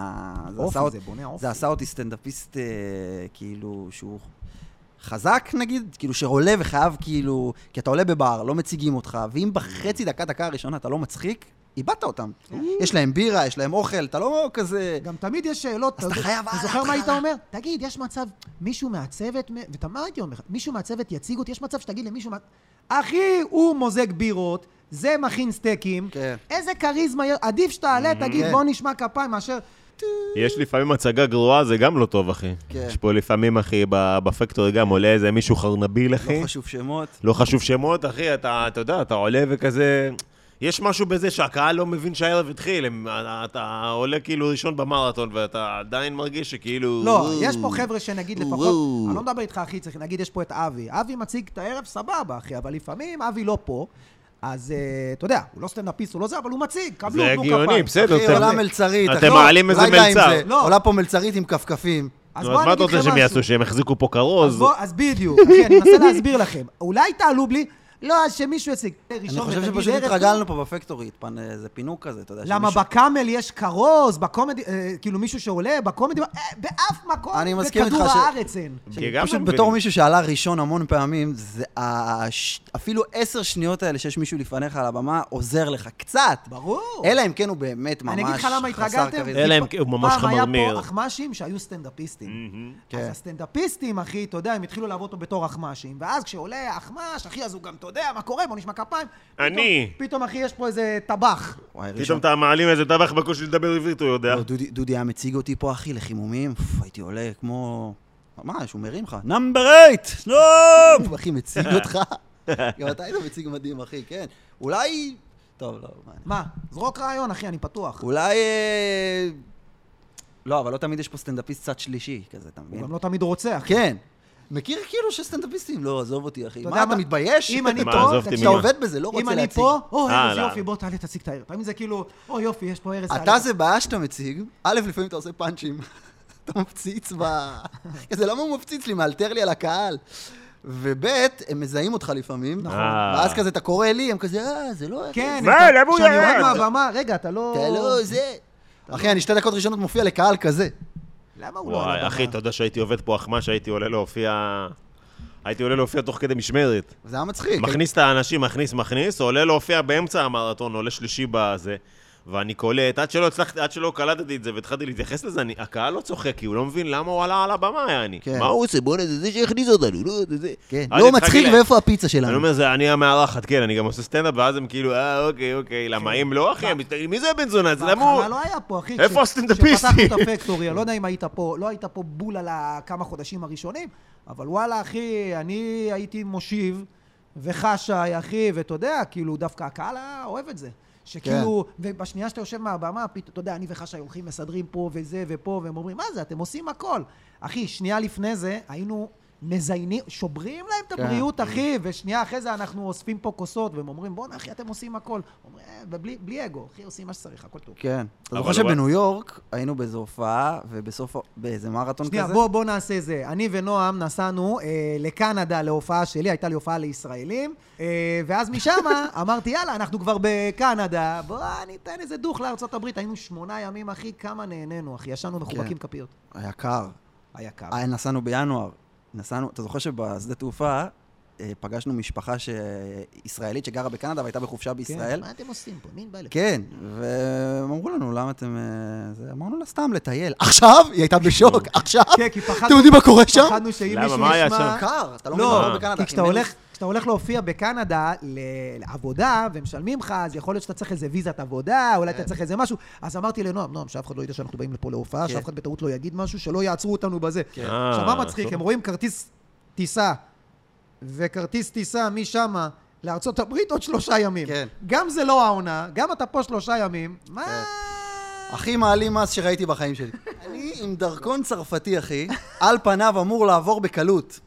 זה עשה אותי סטנדאפיסט, כאילו, שהוא חזק, נגיד, כאילו, שעולה וחייב, כאילו, כי אתה עולה בבר, לא מציגים אותך, ואם בחצי דקה, דקה הראשונה אתה לא מצחיק, איבדת אותם. יש להם בירה, יש להם אוכל, אתה לא כזה... גם תמיד יש שאלות. אז אתה חייב... אתה זוכר מה היית אומר? תגיד, יש מצב, מישהו מהצוות, ואתה מה הייתי אומר? מישהו מהצוות יציג אותי, יש מצב שתגיד למישהו... אחי, הוא מוזג בירות, זה מכין סטייקים, איזה קריזמה, עדיף שתעלה, תגיד, בוא נשמע כפיים מאשר... יש לפעמים הצגה גרועה, זה גם לא טוב, אחי. יש פה לפעמים, אחי, בפקטורי גם עולה איזה מישהו חרנביל, אחי. לא חשוב שמות. לא חשוב שמות, אחי, אתה יודע, אתה עולה וכזה... יש משהו בזה שהקהל לא מבין שהערב התחיל, אתה עולה כאילו ראשון במרתון ואתה עדיין מרגיש שכאילו... לא, יש פה חבר'ה שנגיד לפחות, אני לא מדבר איתך אחי, צריך נגיד יש פה את אבי, אבי מציג את הערב סבבה אחי, אבל לפעמים אבי לא פה, אז אתה יודע, הוא לא סטנדאפיסט, הוא לא זה, אבל הוא מציג, קבלו, תנו כפיים. זה הגיוני, בסדר. אחי, עולה מלצרית. אתם מעלים איזה מלצר. עולה פה מלצרית עם כפכפים. אז מה אתה רוצה שהם יעשו, שהם יחזיקו פה כרוז? אז בדיוק, אחי, אני מנסה להסביר לכם. אולי תעלו בלי... לא, שמישהו יציג. אני חושב שפשוט התרגלנו פה בפקטורית, זה פינוק כזה, אתה יודע. למה בקאמל יש קרוז, בקומדי, כאילו מישהו שעולה, בקומדי, באף מקום, בכדור הארץ אין. פשוט בתור מישהו שעלה ראשון המון פעמים, אפילו עשר שניות האלה שיש מישהו לפניך על הבמה, עוזר לך קצת. ברור. אלא אם כן הוא באמת ממש חסר כריזמה. אני אגיד לך למה התרגלתם? אלא אם כן הוא ממש חמרמיר. פעם היה פה אחמשים שהיו סטנדאפיסטים. אז הסטנדאפיסטים, אחי, אתה יודע, הם התחילו לעבוד אותו בתור אחמשים, ואז כשעולה אחמש, אחי, אז הוא גם אתה יודע, מה קורה? בוא נשמע כפיים. אני. פתאום, אחי, יש פה איזה טבח. פתאום אתה מעלים איזה טבח בקושי לדבר עברית, הוא יודע. דודי היה מציג אותי פה, אחי, לחימומים. הייתי עולה כמו... ממש, הוא מרים לך. נאמבר אייט! שלום! אחי, מציג אותך. גם אתה היית מציג מדהים, אחי, כן. אולי... טוב, לא... מה? זרוק רעיון, אחי, אני פתוח. אולי... לא, אבל לא תמיד יש פה סטנדאפיסט צד שלישי, כזה, אתה מבין? הוא גם לא תמיד רוצה, אחי. כן. מכיר כאילו שסטנדאפיסטים? לא, עזוב אותי, אחי. מה, אתה מתבייש? אם אני פה, אתה עובד בזה, לא רוצה להציג. אם אני פה, או, ארז, יופי, בוא תעלה, תציג את הערב. תמיד זה כאילו, או, יופי, יש פה ארז. אתה זה בעיה שאתה מציג. א', לפעמים אתה עושה פאנצ'ים. אתה מפציץ ב... כזה, למה הוא מפציץ לי? מאלתר לי על הקהל. וב' הם מזהים אותך לפעמים. נכון. ואז כזה, אתה קורא לי, הם כזה, אה, זה לא... כן, כשאני יורד מהבמה, רגע, אתה לא... אתה לא, זה... אחי, אני שתי דקות ראשונות מופיע לקהל כזה. למה הוא לא על הבמה? אחי, אתה יודע שהייתי עובד פה אחמה, שהייתי עולה להופיע... הייתי עולה להופיע תוך כדי משמרת. זה היה מצחיק. מכניס את האנשים, מכניס, מכניס, עולה להופיע באמצע המרתון, עולה שלישי בזה, ואני קולט, עד שלא הצלחתי, עד שלא קלטתי את זה, והתחלתי להתייחס לזה, אני, הקהל לא צוחק, כי הוא לא מבין למה הוא עלה על הבמה, יעני. כן. מה הוא עושה? בוא נזה, זה שהכניס אותנו, לא, זה זה. כן, לא מצחיק, ואיפה הפיצה שלנו? אני אומר, זה, אני המארחת, כן, אני גם עושה סטנדאפ, ואז הם כאילו, אה, אוקיי, אוקיי, למה אם לא, אחי, מי זה הבן זונה? זה למה הוא... לא היה פה, אחי. איפה הסטנדאפיסטים? כשפתחנו את הפקטורי, לא יודע אם היית פה, לא היית פה בול על כמה חודשים הראשונים, אבל וואלה, אחי, אני הייתי מושיב, וחשי, אחי, ואתה יודע, כאילו, דווקא הקהל אוהב את זה. שכאילו, ובשנייה שאתה יושב מהבמה, אתה יודע, אני וחשי הולכים, מסדרים פה וזה ופה, והם אומרים, מה זה, אתם עושים הכל. אחי, שנייה לפני זה, היינו מזיינים, שוברים להם את הבריאות, אחי, ושנייה אחרי זה אנחנו אוספים פה כוסות, והם אומרים, בוא, אחי, אתם עושים הכל. אומרים, בלי אגו, אחי, עושים מה שצריך, הכל טוב. כן. אתה זוכר שבניו יורק היינו באיזו הופעה, ובסוף, באיזה מרתון כזה? שנייה, בוא נעשה זה. אני ונועם נסענו לקנדה להופעה שלי, הייתה לי הופעה לישראלים, ואז משם אמרתי, יאללה, אנחנו כבר בקנדה, בוא ניתן איזה דוח לארצות הברית. היינו שמונה ימים, אחי, כמה נהנינו, אחי, ישנו מחובקים כפיות. היה קר. היה קר. נסענו בינואר. נסענו, אתה זוכר שבשדה תעופה פגשנו משפחה ישראלית שגרה בקנדה והייתה בחופשה בישראל. כן, מה אתם עושים פה? מין בלב. כן, והם אמרו לנו, למה אתם... אמרנו לה סתם לטייל. עכשיו? היא הייתה בשוק. עכשיו? כן, כי פחדנו... אתם יודעים מה קורה שם? פחדנו שאם מישהו ישמע... קר, אתה לא מבין בקנדה. כי כשאתה הולך להופיע בקנדה לעבודה ומשלמים לך, אז יכול להיות שאתה צריך איזה ויזת עבודה, אולי אתה צריך איזה משהו. אז אמרתי לנועם, נועם, שאף אחד לא ידע שאנחנו באים לפה להופעה, שאף אחד בטעות לא יגיד משהו, שלא יעצרו אותנו בזה. עכשיו, מה מצחיק? הם רואים כרטיס טיסה, וכרטיס טיסה משם לארצות הברית עוד שלושה ימים. גם זה לא העונה, גם אתה פה שלושה ימים. מה? הכי מעלים מס שראיתי בחיים שלי. אני עם דרכון צרפתי, אחי, על פניו אמור לעבור בקלות.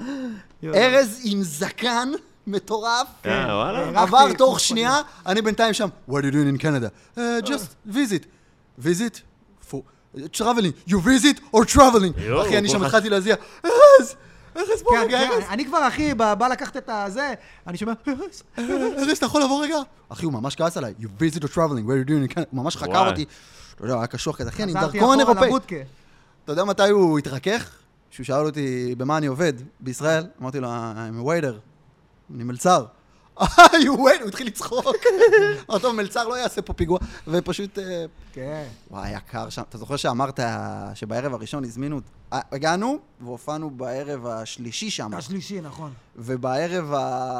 ארז עם זקן מטורף, עבר תוך שנייה, אני בינתיים שם, What are you doing in Canada? Uh, just visit. Visit? For... traveling. You visit or traveling? אחי, אני שם התחלתי להזיע, ארז! ארז, בוא רגע, ארז. אני כבר, אחי, בא לקחת את הזה, אני שומע, ארז, ארז, אתה יכול לבוא רגע? אחי, הוא ממש כעס עליי, You visit or traveling, What are you doing in Canada? הוא ממש חקר אותי, לא יודע, היה קשוח כזה, אחי, אני עם דרכון אירופאי. אתה יודע מתי הוא התרכך? שהוא שאל אותי במה אני עובד בישראל, אמרתי לו, I'm a waiter, אני מלצר. אה, you wait, הוא התחיל לצחוק. אמרתי לו, מלצר לא יעשה פה פיגוע, ופשוט... כן. וואי, היה קר שם. אתה זוכר שאמרת שבערב הראשון הזמינו... הגענו, והופענו בערב השלישי שם. השלישי, נכון. ובערב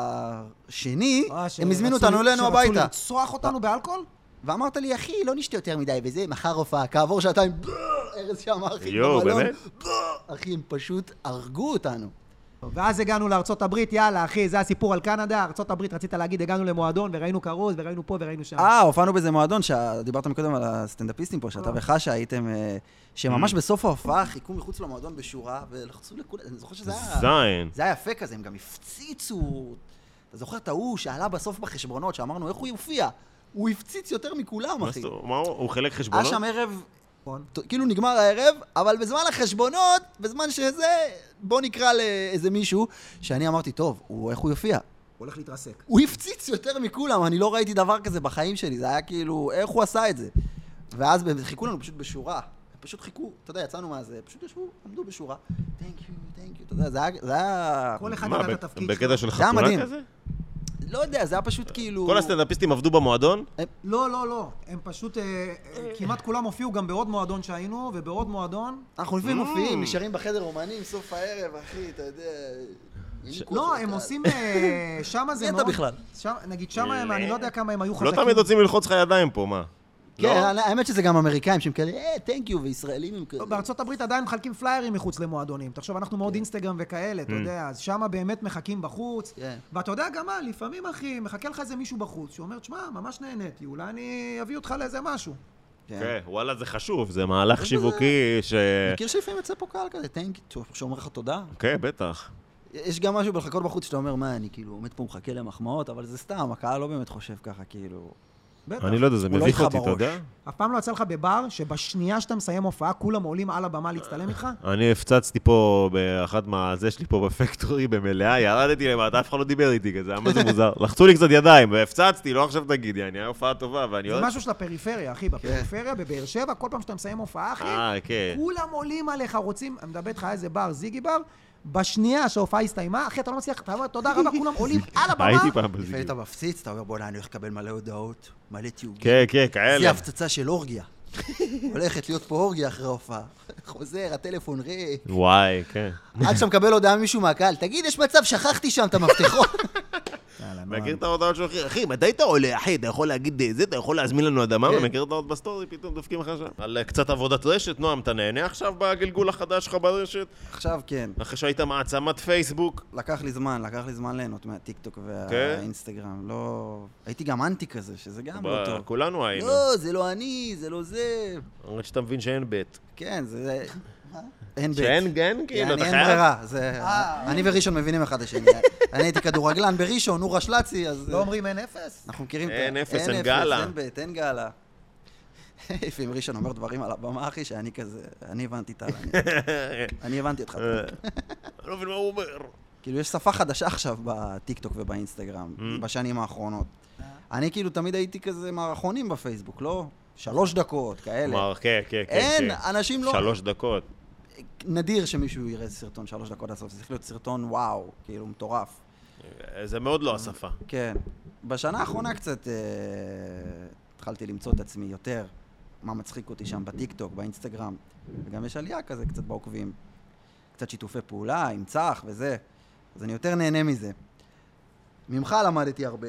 השני, הם הזמינו אותנו אלינו הביתה. שרצו לצרוח אותנו באלכוהול? ואמרת לי, אחי, לא נשתה יותר מדי, וזה, מחר הופעה, כעבור שעתיים, ארז שם, אחי, יו, באמת? אחי, הם פשוט הרגו אותנו. ואז הגענו לארצות הברית, יאללה, אחי, זה הסיפור על קנדה, ארצות הברית, רצית להגיד, הגענו למועדון, וראינו כרוז, וראינו פה, וראינו שם. אה, הופענו באיזה מועדון, שדיברת מקודם על הסטנדאפיסטים פה, שאתה וחשה הייתם, שממש בסוף ההופעה חיכו מחוץ למועדון בשורה, ולחצו לכולם, אני זוכר שזה היה... זין. זה היה יפה כזה, הם גם הפציצו. אתה זוכר את ההוא שעלה בסוף בחשבונות, שאמרנו, איך הוא יופיע? הוא הפציץ יותר מכולם, אחי. מה הוא? הוא חילק חשבונות? היה שם ערב, כאילו נגמר הערב, אבל בזמן החשבונות, בזמן שזה, בוא נקרא לאיזה מישהו, שאני אמרתי, טוב, איך הוא יופיע? הוא הולך להתרסק. הוא הפציץ יותר מכולם, אני לא ראיתי דבר כזה בחיים שלי, זה היה כאילו, איך הוא עשה את זה? ואז חיכו לנו פשוט בשורה, פשוט חיכו, אתה יודע, יצאנו מה זה, פשוט ישבו, עמדו בשורה, thank you, thank you, אתה יודע, זה היה... כל אחד ידע את התפקיד שלו. בקטע של חתונה כזה? לא יודע, זה היה פשוט כאילו... כל הסטנדאפיסטים עבדו במועדון? לא, לא, לא. הם פשוט, כמעט כולם הופיעו גם בעוד מועדון שהיינו, ובעוד מועדון... אנחנו לפעמים מופיעים, נשארים בחדר אומנים, סוף הערב, אחי, אתה יודע... לא, הם עושים... שמה זה מאוד... מי אתה בכלל? נגיד שמה הם, אני לא יודע כמה הם היו חזקים. לא תמיד רוצים ללחוץ לך ידיים פה, מה? כן, האמת שזה גם אמריקאים שהם כאלה, אה, תנק יו, וישראלים הם כאלה. בארצות הברית עדיין מחלקים פליירים מחוץ למועדונים. תחשוב, אנחנו מאוד אינסטגרם וכאלה, אתה יודע, אז שמה באמת מחכים בחוץ. ואתה יודע גם מה, לפעמים, אחי, מחכה לך איזה מישהו בחוץ, שאומר, תשמע, ממש נהניתי, אולי אני אביא אותך לאיזה משהו. כן, וואלה, זה חשוב, זה מהלך שיווקי ש... מכיר שלפעמים יוצא פה קהל כזה, תנק, שאומר לך תודה? כן, בטח. יש גם משהו בלחכות בחוץ שאתה אומר, מה, אני כאילו עומד פה מחכה למחמאות, אבל זה סתם, הקהל לא באמת חושב ככה, כאילו... אני לא יודע, זה מביך אותי, אתה יודע? אף פעם לא יצא לך בבר שבשנייה שאתה מסיים הופעה, כולם עולים על הבמה להצטלם איתך? אני הפצצתי פה באחד מהזה שלי פה בפקטורי במלאה, ירדתי למטה, אף אחד לא דיבר איתי כזה, מה זה מוזר? לחצו לי קצת ידיים, והפצצתי, לא עכשיו תגיד, אני היה הופעה טובה, ואני... זה משהו של הפריפריה, אחי, בפריפריה, בבאר שבע, כל פעם שאתה מסיים הופעה, אחי, כולם עולים עליך, רוצים, אני מדבר איתך איזה בר, זיגי בר, בשנייה שההופעה הסתיימה, אחי, אתה לא מצליח, אתה אומר, תודה רבה, כולם עולים על הבמה. הייתי פעם בזיגי. לפעמים אתה מפציץ, אתה אומר, בוא, אני הולך לקבל מלא הודעות, מלא תיוגים. כן, כן, כאלה. זה הפצצה של אורגיה. הולכת להיות פה אורגיה אחרי ההופעה. חוזר, הטלפון ריק. וואי, כן. עד שאתה מקבל הודעה ממישהו מהקהל, תגיד, יש מצב, שכחתי שם את המפתחות. מכיר את ההודעות שלו, אחי, מתי אתה עולה, אחי, אתה יכול להגיד זה, אתה יכול להזמין לנו אדמה, ומכיר את ההודעות בסטורי, פתאום דופקים לך שם. על קצת עבודת רשת, נועם, אתה נהנה עכשיו בגלגול החדש שלך ברשת? עכשיו כן. אחרי שהיית מעצמת פייסבוק? לקח לי זמן, לקח לי זמן ליהנות מהטיקטוק והאינסטגרם. לא... הייתי גם אנטי כזה, שזה גם לא טוב. כולנו היינו. לא, זה לא אני, זה לא זה. רק שאתה מבין שאין בית. כן, זה... אין בית. שאין גן, כאילו, אתה אין חייב? ברירה, זה... אני וראשון מבינים אחד השני. אני הייתי כדורגלן בראשון, הוא רשלצי, אז... לא אומרים אין אפס? אנחנו מכירים את... אין אפס, אין גאלה. אין בית, אין גאלה. לפעמים ראשון אומר דברים על הבמה, אחי, שאני כזה... אני הבנתי את ה... אני הבנתי אותך. אני לא מבין מה הוא אומר. כאילו, יש שפה חדשה עכשיו בטיקטוק ובאינסטגרם, בשנים האחרונות. אני כאילו תמיד הייתי כזה מערכונים בפייסבוק, לא? שלוש דקות, כאלה. כן, כן, כן. אין, אנשים לא... שלוש דקות. נדיר שמישהו יראה סרטון שלוש דקות הסוף, זה צריך להיות סרטון וואו, כאילו מטורף. זה מאוד לא השפה. כן. בשנה האחרונה קצת אה, התחלתי למצוא את עצמי יותר, מה מצחיק אותי שם בטיקטוק, באינסטגרם, וגם יש עלייה כזה קצת בעוקבים. קצת שיתופי פעולה עם צח וזה, אז אני יותר נהנה מזה. ממך למדתי הרבה.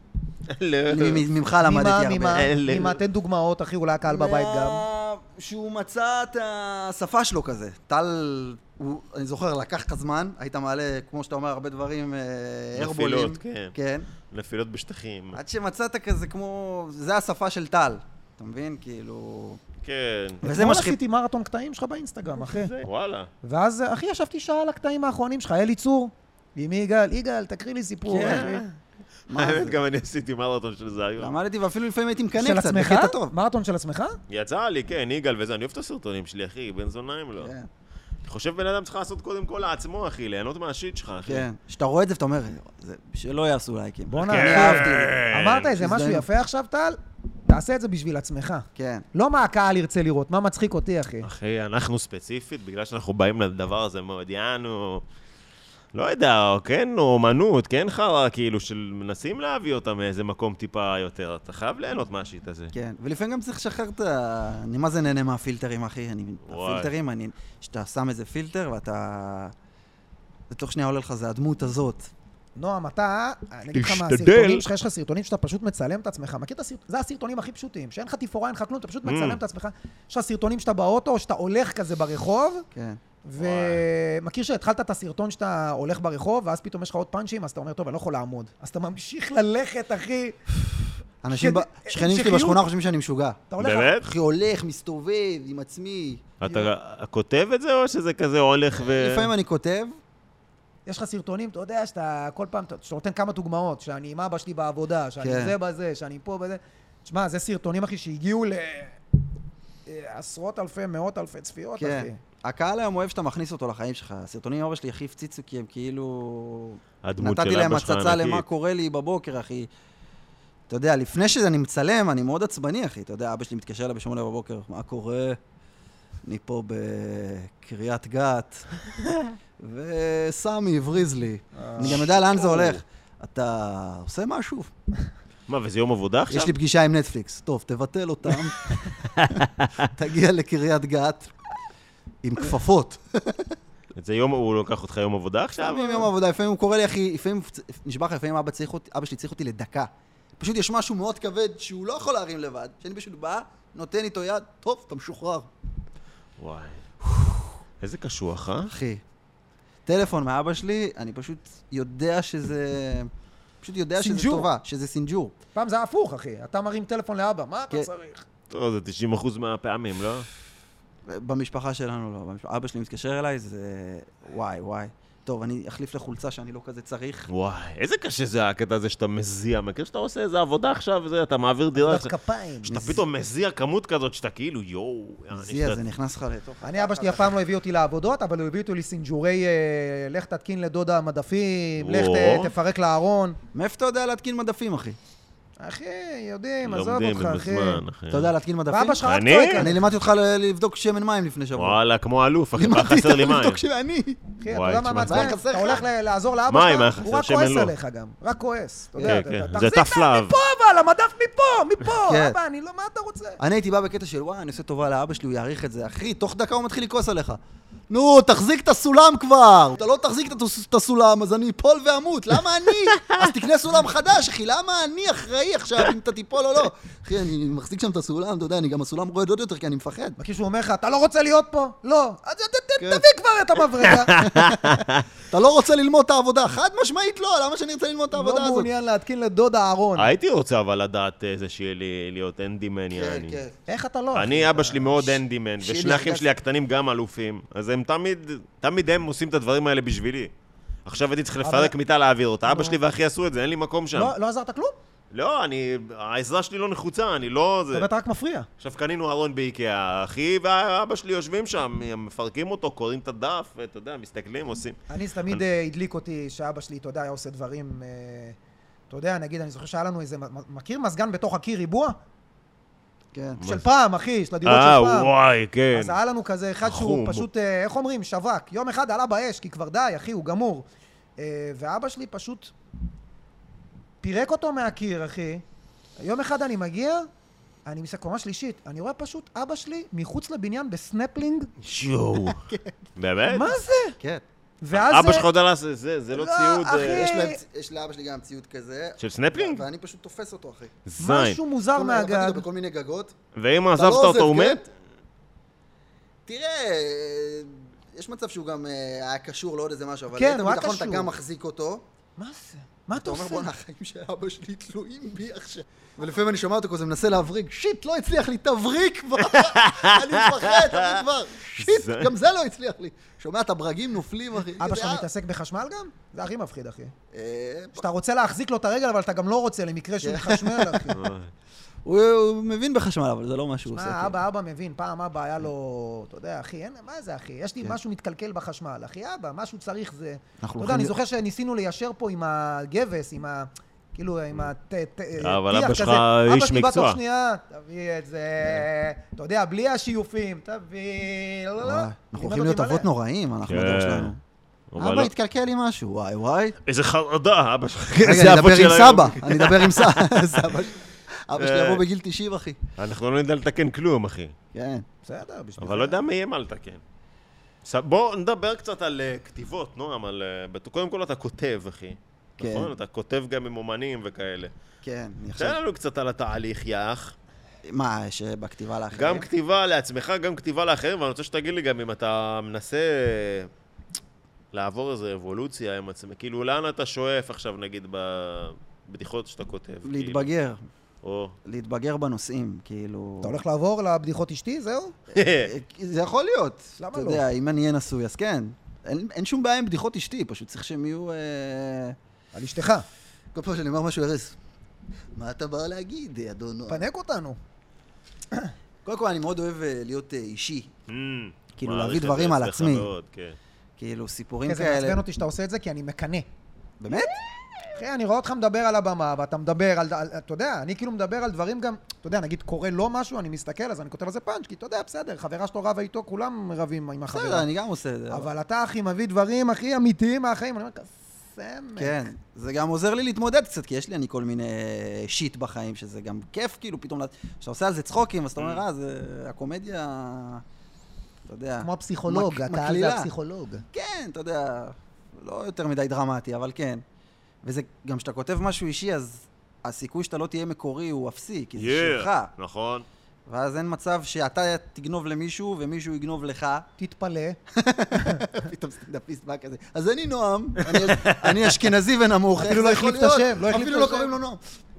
ממך למדתי הרבה. ממה תן דוגמאות, אחי, אולי הקהל בבית גם. שהוא מצא את השפה שלו כזה. טל, אני זוכר, לקח לך זמן, היית מעלה, כמו שאתה אומר, הרבה דברים הרבולים. נפילות, כן. כן. נפילות בשטחים. עד שמצאת כזה כמו, זה השפה של טל. אתה מבין? כאילו... כן. וזה מה עשיתי מרתון קטעים שלך באינסטגרם, אחי. וואלה. ואז, אחי, ישבתי שעה על הקטעים האחרונים שלך, אלי צור. עם יגאל, יגאל, תקריא לי סיפור, אחי. האמת, גם אני עשיתי מרתון של זה היום. למדתי, ואפילו לפעמים הייתי מקנה של קצת, עצמך? בקטע טוב. מרתון של עצמך? יצא לי, כן, יגאל וזה, אני אוהב את הסרטונים שלי, אחי, בן זוניים לא. אני חושב בן אדם צריך לעשות קודם כל לעצמו, אחי, ליהנות מהשיט שלך, אחי. כן, שאתה רואה את זה ואתה אומר, שלא יעשו לייקים. בוא'נה, אני אהבתי. אמרת איזה משהו יפה עכשיו, טל? תעשה את זה בשביל עצמך. כן. לא מה הקהל ירצה לראות, מה מצחיק אותי, אחי. אחי, אנחנו ספציפית, בגלל שאנחנו באים לדבר הזה מאוד, יענו... לא יודע, כן, אומנות, כן חרה, כאילו, של מנסים להביא אותה מאיזה מקום טיפה יותר. אתה חייב ליהנות מהשיט הזה. כן, ולפעמים גם צריך לשחרר את ה... אני מה זה נהנה מהפילטרים, אחי? אני... הפילטרים, אני... שאתה שם איזה פילטר ואתה... בתוך שנייה עולה לך, זה הדמות הזאת. נועם, אתה, אני אגיד לך מה, הסרטונים שלך, יש לך סרטונים שאתה פשוט מצלם את עצמך. מכיר את הסרטונים? זה הסרטונים הכי פשוטים, שאין לך תפאורה, אין לך כלום, אתה פשוט מצלם את עצמך. יש לך סרטונים שאתה באוטו, או שאתה הולך כזה ברחוב, כן. ומכיר שהתחלת את הסרטון שאתה הולך ברחוב, ואז פתאום יש לך עוד פאנצ'ים, אז אתה אומר, טוב, אני לא יכול לעמוד. אז אתה ממשיך ללכת, אחי. אנשים, שכנים שלי בשכונה חושבים שאני משוגע. באמת? אחי, הולך, מסתובב עם עצמי. אתה כותב את זה, או שזה כזה הולך ו... לפעמים אני כותב. יש לך סרטונים, אתה יודע, שאתה כל פעם, שאתה נותן כמה דוגמאות, שאני עם אבא שלי בעבודה, שאני זה בזה, שאני פה בזה. תשמע, זה סרטונים, אחי, שהגיעו לעשרות אלפי, מאות אלפי צפיות, אחי. הקהל היום אוהב שאתה מכניס אותו לחיים שלך. הסרטונים עם אבא שלי הכי הפציצו, כי הם כאילו... הדמות של נתתי להם אבא שלך הצצה ענקית. למה קורה לי בבוקר, אחי. אתה יודע, לפני שאני מצלם, אני מאוד עצבני, אחי. אתה יודע, אבא שלי מתקשר אליי בשמונה בבוקר, מה קורה? אני פה בקריית גת, וסמי הבריז לי. אני גם יודע לאן זה הולך. אתה עושה משהו? מה, וזה יום עבודה עכשיו? יש לי פגישה עם נטפליקס. טוב, תבטל אותם. תגיע לקריית גת עם כפפות. זה יום, הוא לוקח אותך יום עבודה עכשיו? לפעמים יום עבודה, לפעמים הוא קורא לי, אחי, לפעמים נשבע לך, לפעמים אבא צריך אותי, אבא שלי צריך אותי לדקה. פשוט יש משהו מאוד כבד שהוא לא יכול להרים לבד, שאני פשוט בא, נותן איתו יד, טוב, אתה משוחרר. וואי. איזה קשוח, אה? אחי, טלפון מאבא שלי, אני פשוט יודע שזה... פשוט יודע שזה טובה, שזה סינג'ור. פעם זה הפוך, אחי. אתה מרים טלפון לאבא, מה אתה צריך? טוב, זה תשעים אחוז מהפעמים, לא? במשפחה שלנו לא. אבא שלי מתקשר אליי, זה... וואי, וואי. טוב, אני אחליף לחולצה שאני לא כזה צריך. וואי, איזה קשה זה הקטע הזה שאתה מזיע. מכיר שאתה עושה איזה עבודה עכשיו, וזה, אתה מעביר דירה. עבודת כפיים. שאתה פתאום מזיע כמות כזאת, שאתה כאילו, יואו. מזיע, זה נכנס לך לתוך. אני, אבא שלי אף פעם לא הביא אותי לעבודות, אבל הוא הביא אותי לסינג'ורי, לך תתקין לדודה מדפים, לך תפרק לארון. מאיפה אתה יודע להתקין מדפים, אחי? אחי, יודעים, עזוב אותך, אחי. אתה יודע להתקין מדפים? ואבא שלך אני? רק צועק. אני לימדתי אותך לבדוק שמן מים לפני שבוע. וואלה, כמו אלוף, אחי, מה חסר לי מים? לבדוק שאני. אחי, אתה יודע מה מעצבן? אתה הולך לעזור מים, לאבא היה שלך, חסר, הוא רק שמן כועס לא. עליך גם. רק כועס. אתה כן, יודע, כן, אתה- זה תחזיק tough love. מפה, אבל המדף מפה, מפה. אבא, אני לא, מה אתה רוצה? אני הייתי בא בקטע של וואי, אני עושה טובה לאבא שלי, הוא יעריך את זה. אחי, תוך דקה הוא מתחיל לכעוס עליך. נו, תחזיק את הסולם כבר. אתה לא תחזיק את הסולם, אז אני אפול ואמות. למה אני? אז תקנה סולם חדש, אחי. למה אני אחראי עכשיו אם אתה תיפול או לא? אחי, אני מחזיק שם את הסולם, אתה יודע, אני גם הסולם רועד עוד יותר, כי אני מפחד. בקיש הוא אומר לך, אתה לא רוצה להיות פה? לא. אז תביא כבר את המברגה. אתה לא רוצה ללמוד את העבודה? חד משמעית לא, למה שאני רוצה ללמוד את העבודה הזאת? לא מעוניין להתקין לדוד אהרון. הייתי רוצה אבל לדעת איזה שיהיה לי להיות אנדימן, יעני. איך אתה לא? אני, אבא שלי מאוד אנדימן, ושני אחים שלי הקטנים גם אלופים. אז הם תמיד, תמיד הם עושים את הדברים האלה בשבילי. עכשיו הייתי צריך לפרק מיטה להעביר אותה. אבא שלי ואחי עשו את זה, אין לי מקום שם. לא עזרת כלום? לא, אני... העזרה שלי לא נחוצה, אני לא... אתה בטח רק מפריע. עכשיו קנינו ארון באיקאה, אחי ואבא שלי יושבים שם, הם מפרקים אותו, קוראים את הדף, ואתה יודע, מסתכלים, עושים... אני תמיד הדליק אותי שאבא שלי, אתה יודע, היה עושה דברים... אתה יודע, נגיד, אני זוכר שהיה לנו איזה... מכיר מזגן בתוך הקיר ריבוע? כן. של פעם, אחי, של הדירות של פעם. אה, וואי, כן. אז היה לנו כזה אחד שהוא פשוט, איך אומרים, שווק. יום אחד עלה באש, כי כבר די, אחי, הוא גמור. ואבא שלי פשוט פירק אותו מהקיר, אחי. יום אחד אני מגיע, אני מסתכל קומה שלישית, אני רואה פשוט אבא שלי מחוץ לבניין בסנפלינג. שואו. באמת? מה זה? כן. אבא שלך יודע לעשות, זה לא ציוד... יש לאבא שלי גם ציוד כזה. של סנפלינג? ואני פשוט תופס אותו, אחי. זין. משהו מוזר מהגג. בכל מיני גגות. ואם עזבת אותו הוא מת? תראה, יש מצב שהוא גם היה קשור לעוד איזה משהו, אבל כן, הוא היה קשור. אתה גם מחזיק אותו. מה זה? מה אתה עושה? אתה אומר, בוא, החיים של אבא שלי תלויים בי עכשיו. ולפעמים אני שומע אותו כזה, מנסה להבריק, שיט, לא הצליח לי, תבריק כבר. אני מפחד, תבריק כבר. שיט, גם זה לא הצליח לי. שומע את הברגים נופלים, אחי. אבא שלך מתעסק בחשמל גם? זה הכי מפחיד, אחי. שאתה רוצה להחזיק לו את הרגל, אבל אתה גם לא רוצה, למקרה שהוא מתחשמל, אחי. הוא מבין בחשמל, אבל זה לא מה שהוא עושה. מה, אבא, אבא מבין. פעם אבא היה לו, אתה יודע, אחי, מה זה, אחי? יש לי משהו מתקלקל בחשמל. אחי, אבא, משהו צריך זה... אתה יודע, אני זוכר שניסינו ליישר פה עם הגבס, עם ה... כאילו, עם הטיח כזה. אבל אבא שלך איש מקצוע. אבא תוך שנייה, תביא את זה, אתה יודע, בלי השיופים, תביא, לא, לא, לא. אנחנו הולכים להיות אבות נוראים, אנחנו בדור שלנו. אבא התקלקל לי משהו, וואי, וואי. איזה חרדה, אבא שלך. רגע, אני אדבר עם סבא, אני אדבר עם סבא. אבא שלי יבוא בגיל תשעים, אחי. אנחנו לא נדע לתקן כלום, אחי. כן. בסדר, בשביל... אבל לא יודע מה יהיה מה לתקן. בוא נדבר קצת על כתיבות, נועם, על... קודם כל אתה כותב, אחי. נכון? אתה כותב גם עם אומנים וכאלה. כן. תן לנו קצת על התהליך, יח. מה, שבכתיבה לאחרים? גם כתיבה לעצמך, גם כתיבה לאחרים, ואני רוצה שתגיד לי גם אם אתה מנסה לעבור איזו אבולוציה עם עצמך. כאילו, לאן אתה שואף עכשיו, נגיד, בבדיחות שאתה כותב? להתבגר. או... להתבגר בנושאים, כאילו... אתה הולך לעבור לבדיחות אשתי, זהו? זה יכול להיות. למה אתה לא? יודע, אם אני אהיה נשוי, אז כן. אין, אין שום בעיה עם בדיחות אשתי, פשוט צריך שהם יהיו... על אשתך. כל פעם שאני אומר משהו הרס. מה אתה בא להגיד, אדונו? פנק אותנו. קודם כל, אני מאוד אוהב להיות אישי. Mm, כאילו, להביא דברים על עצמי. מאוד, כן. כאילו, סיפורים כן, זה כאלה... מעצבן אותי שאתה עושה את זה, כי אני מקנה. באמת? אחי, אני רואה אותך מדבר על הבמה, ואתה מדבר על... אתה יודע, אני כאילו מדבר על דברים גם... אתה יודע, נגיד, קורא לו משהו, אני מסתכל, אז אני כותב על זה פאנץ', כי אתה יודע, בסדר, חברה שלו רבה איתו, כולם רבים עם החברה. בסדר, אני גם עושה את זה. אבל אתה, אחי, מביא דברים הכי אמיתיים מהחיים, אני אומר, כסמק. כן, זה גם עוזר לי להתמודד קצת, כי יש לי אני כל מיני שיט בחיים, שזה גם כיף, כאילו, פתאום, כשאתה עושה על זה צחוקים, אז אתה אומר, אה, זה הקומדיה, אתה יודע... כמו הפסיכולוג, הקהל זה הפסיכולוג. כן, אתה יודע, לא יותר מדי דרמטי, אבל כן. וזה, גם כשאתה כותב משהו אישי, אז הסיכוי שאתה לא תהיה מקורי הוא אפסי, כי זה שלך. נכון. ואז אין מצב שאתה תגנוב למישהו ומישהו יגנוב לך. תתפלא. פתאום סטנדאפיסט בא כזה. אז אני נועם, אני אשכנזי ונמוך. אפילו לא החליף את השם. אפילו לא קוראים לו נועם.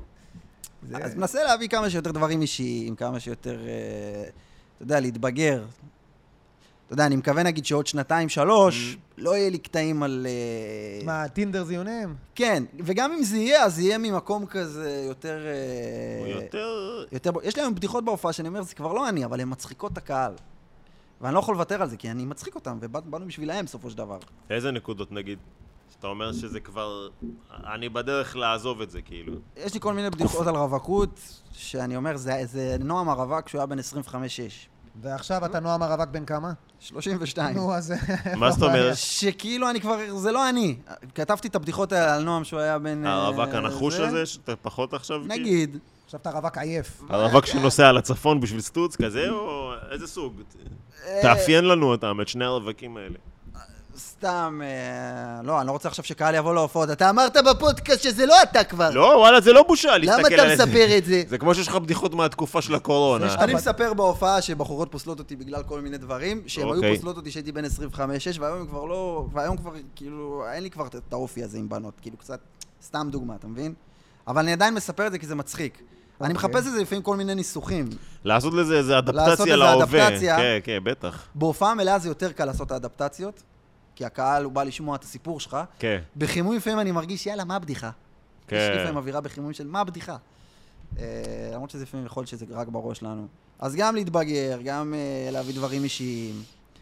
אז מנסה להביא כמה שיותר דברים אישיים, כמה שיותר, אתה יודע, להתבגר. אתה יודע, אני מקווה נגיד שעוד שנתיים, שלוש, לא יהיה לי קטעים על... מה, טינדר זיונים? כן, וגם אם זה יהיה, אז יהיה ממקום כזה יותר... יותר... יותר... יש לי היום בדיחות בהופעה שאני אומר, זה כבר לא אני, אבל הן מצחיקות את הקהל. ואני לא יכול לוותר על זה, כי אני מצחיק אותם, ובאנו בשבילהם בסופו של דבר. איזה נקודות נגיד? שאתה אומר שזה כבר... אני בדרך לעזוב את זה, כאילו. יש לי כל מיני בדיחות על רווקות, שאני אומר, זה, זה נועם הרווק שהוא היה בן עשרים וחמש שש. ועכשיו אתה נועם הרווק בן כמה? שלושים ושתיים. נו, אז... מה זאת אומרת? שכאילו אני כבר... זה לא אני. כתבתי את הבדיחות האלה על נועם שהוא היה בן... הרווק הנחוש הזה, שאתה פחות עכשיו... נגיד. עכשיו אתה רווק עייף. הרווק שנוסע על הצפון בשביל סטוץ כזה, או איזה סוג? תאפיין לנו אותם, את שני הרווקים האלה. סתם, לא, אני לא רוצה עכשיו שקהל יבוא להופעות. אתה אמרת בפודקאסט שזה לא אתה כבר. לא, וואלה, זה לא בושה להסתכל על זה. למה אתה מספר את זה? זה כמו שיש לך בדיחות מהתקופה של הקורונה. אני מספר בהופעה שבחורות פוסלות אותי בגלל כל מיני דברים, שהן היו פוסלות אותי שהייתי בן עשרים וחמש שש, והיום כבר לא, והיום כבר, כאילו, אין לי כבר את האופי הזה עם בנות, כאילו, קצת, סתם דוגמה, אתה מבין? אבל אני עדיין מספר את זה כי זה מצחיק. אני מחפש את זה לפעמים כל מיני ניסוחים. לעשות לזה איזה אדפטציה להווה. כן, כן, בטח. בהופעה מלאה זה יותר קל לעשות האדפטציות, כי הקהל הוא בא לשמוע את הסיפור שלך. כן. בחימום לפעמים אני מרגיש, יאללה, מה הבדיחה? כן. יש לפעמים אווירה בחימום של מה הבדיחה? למרות שזה לפעמים יכול להיות שזה רק בראש לנו. אז גם להתבגר, גם להביא דברים אישיים.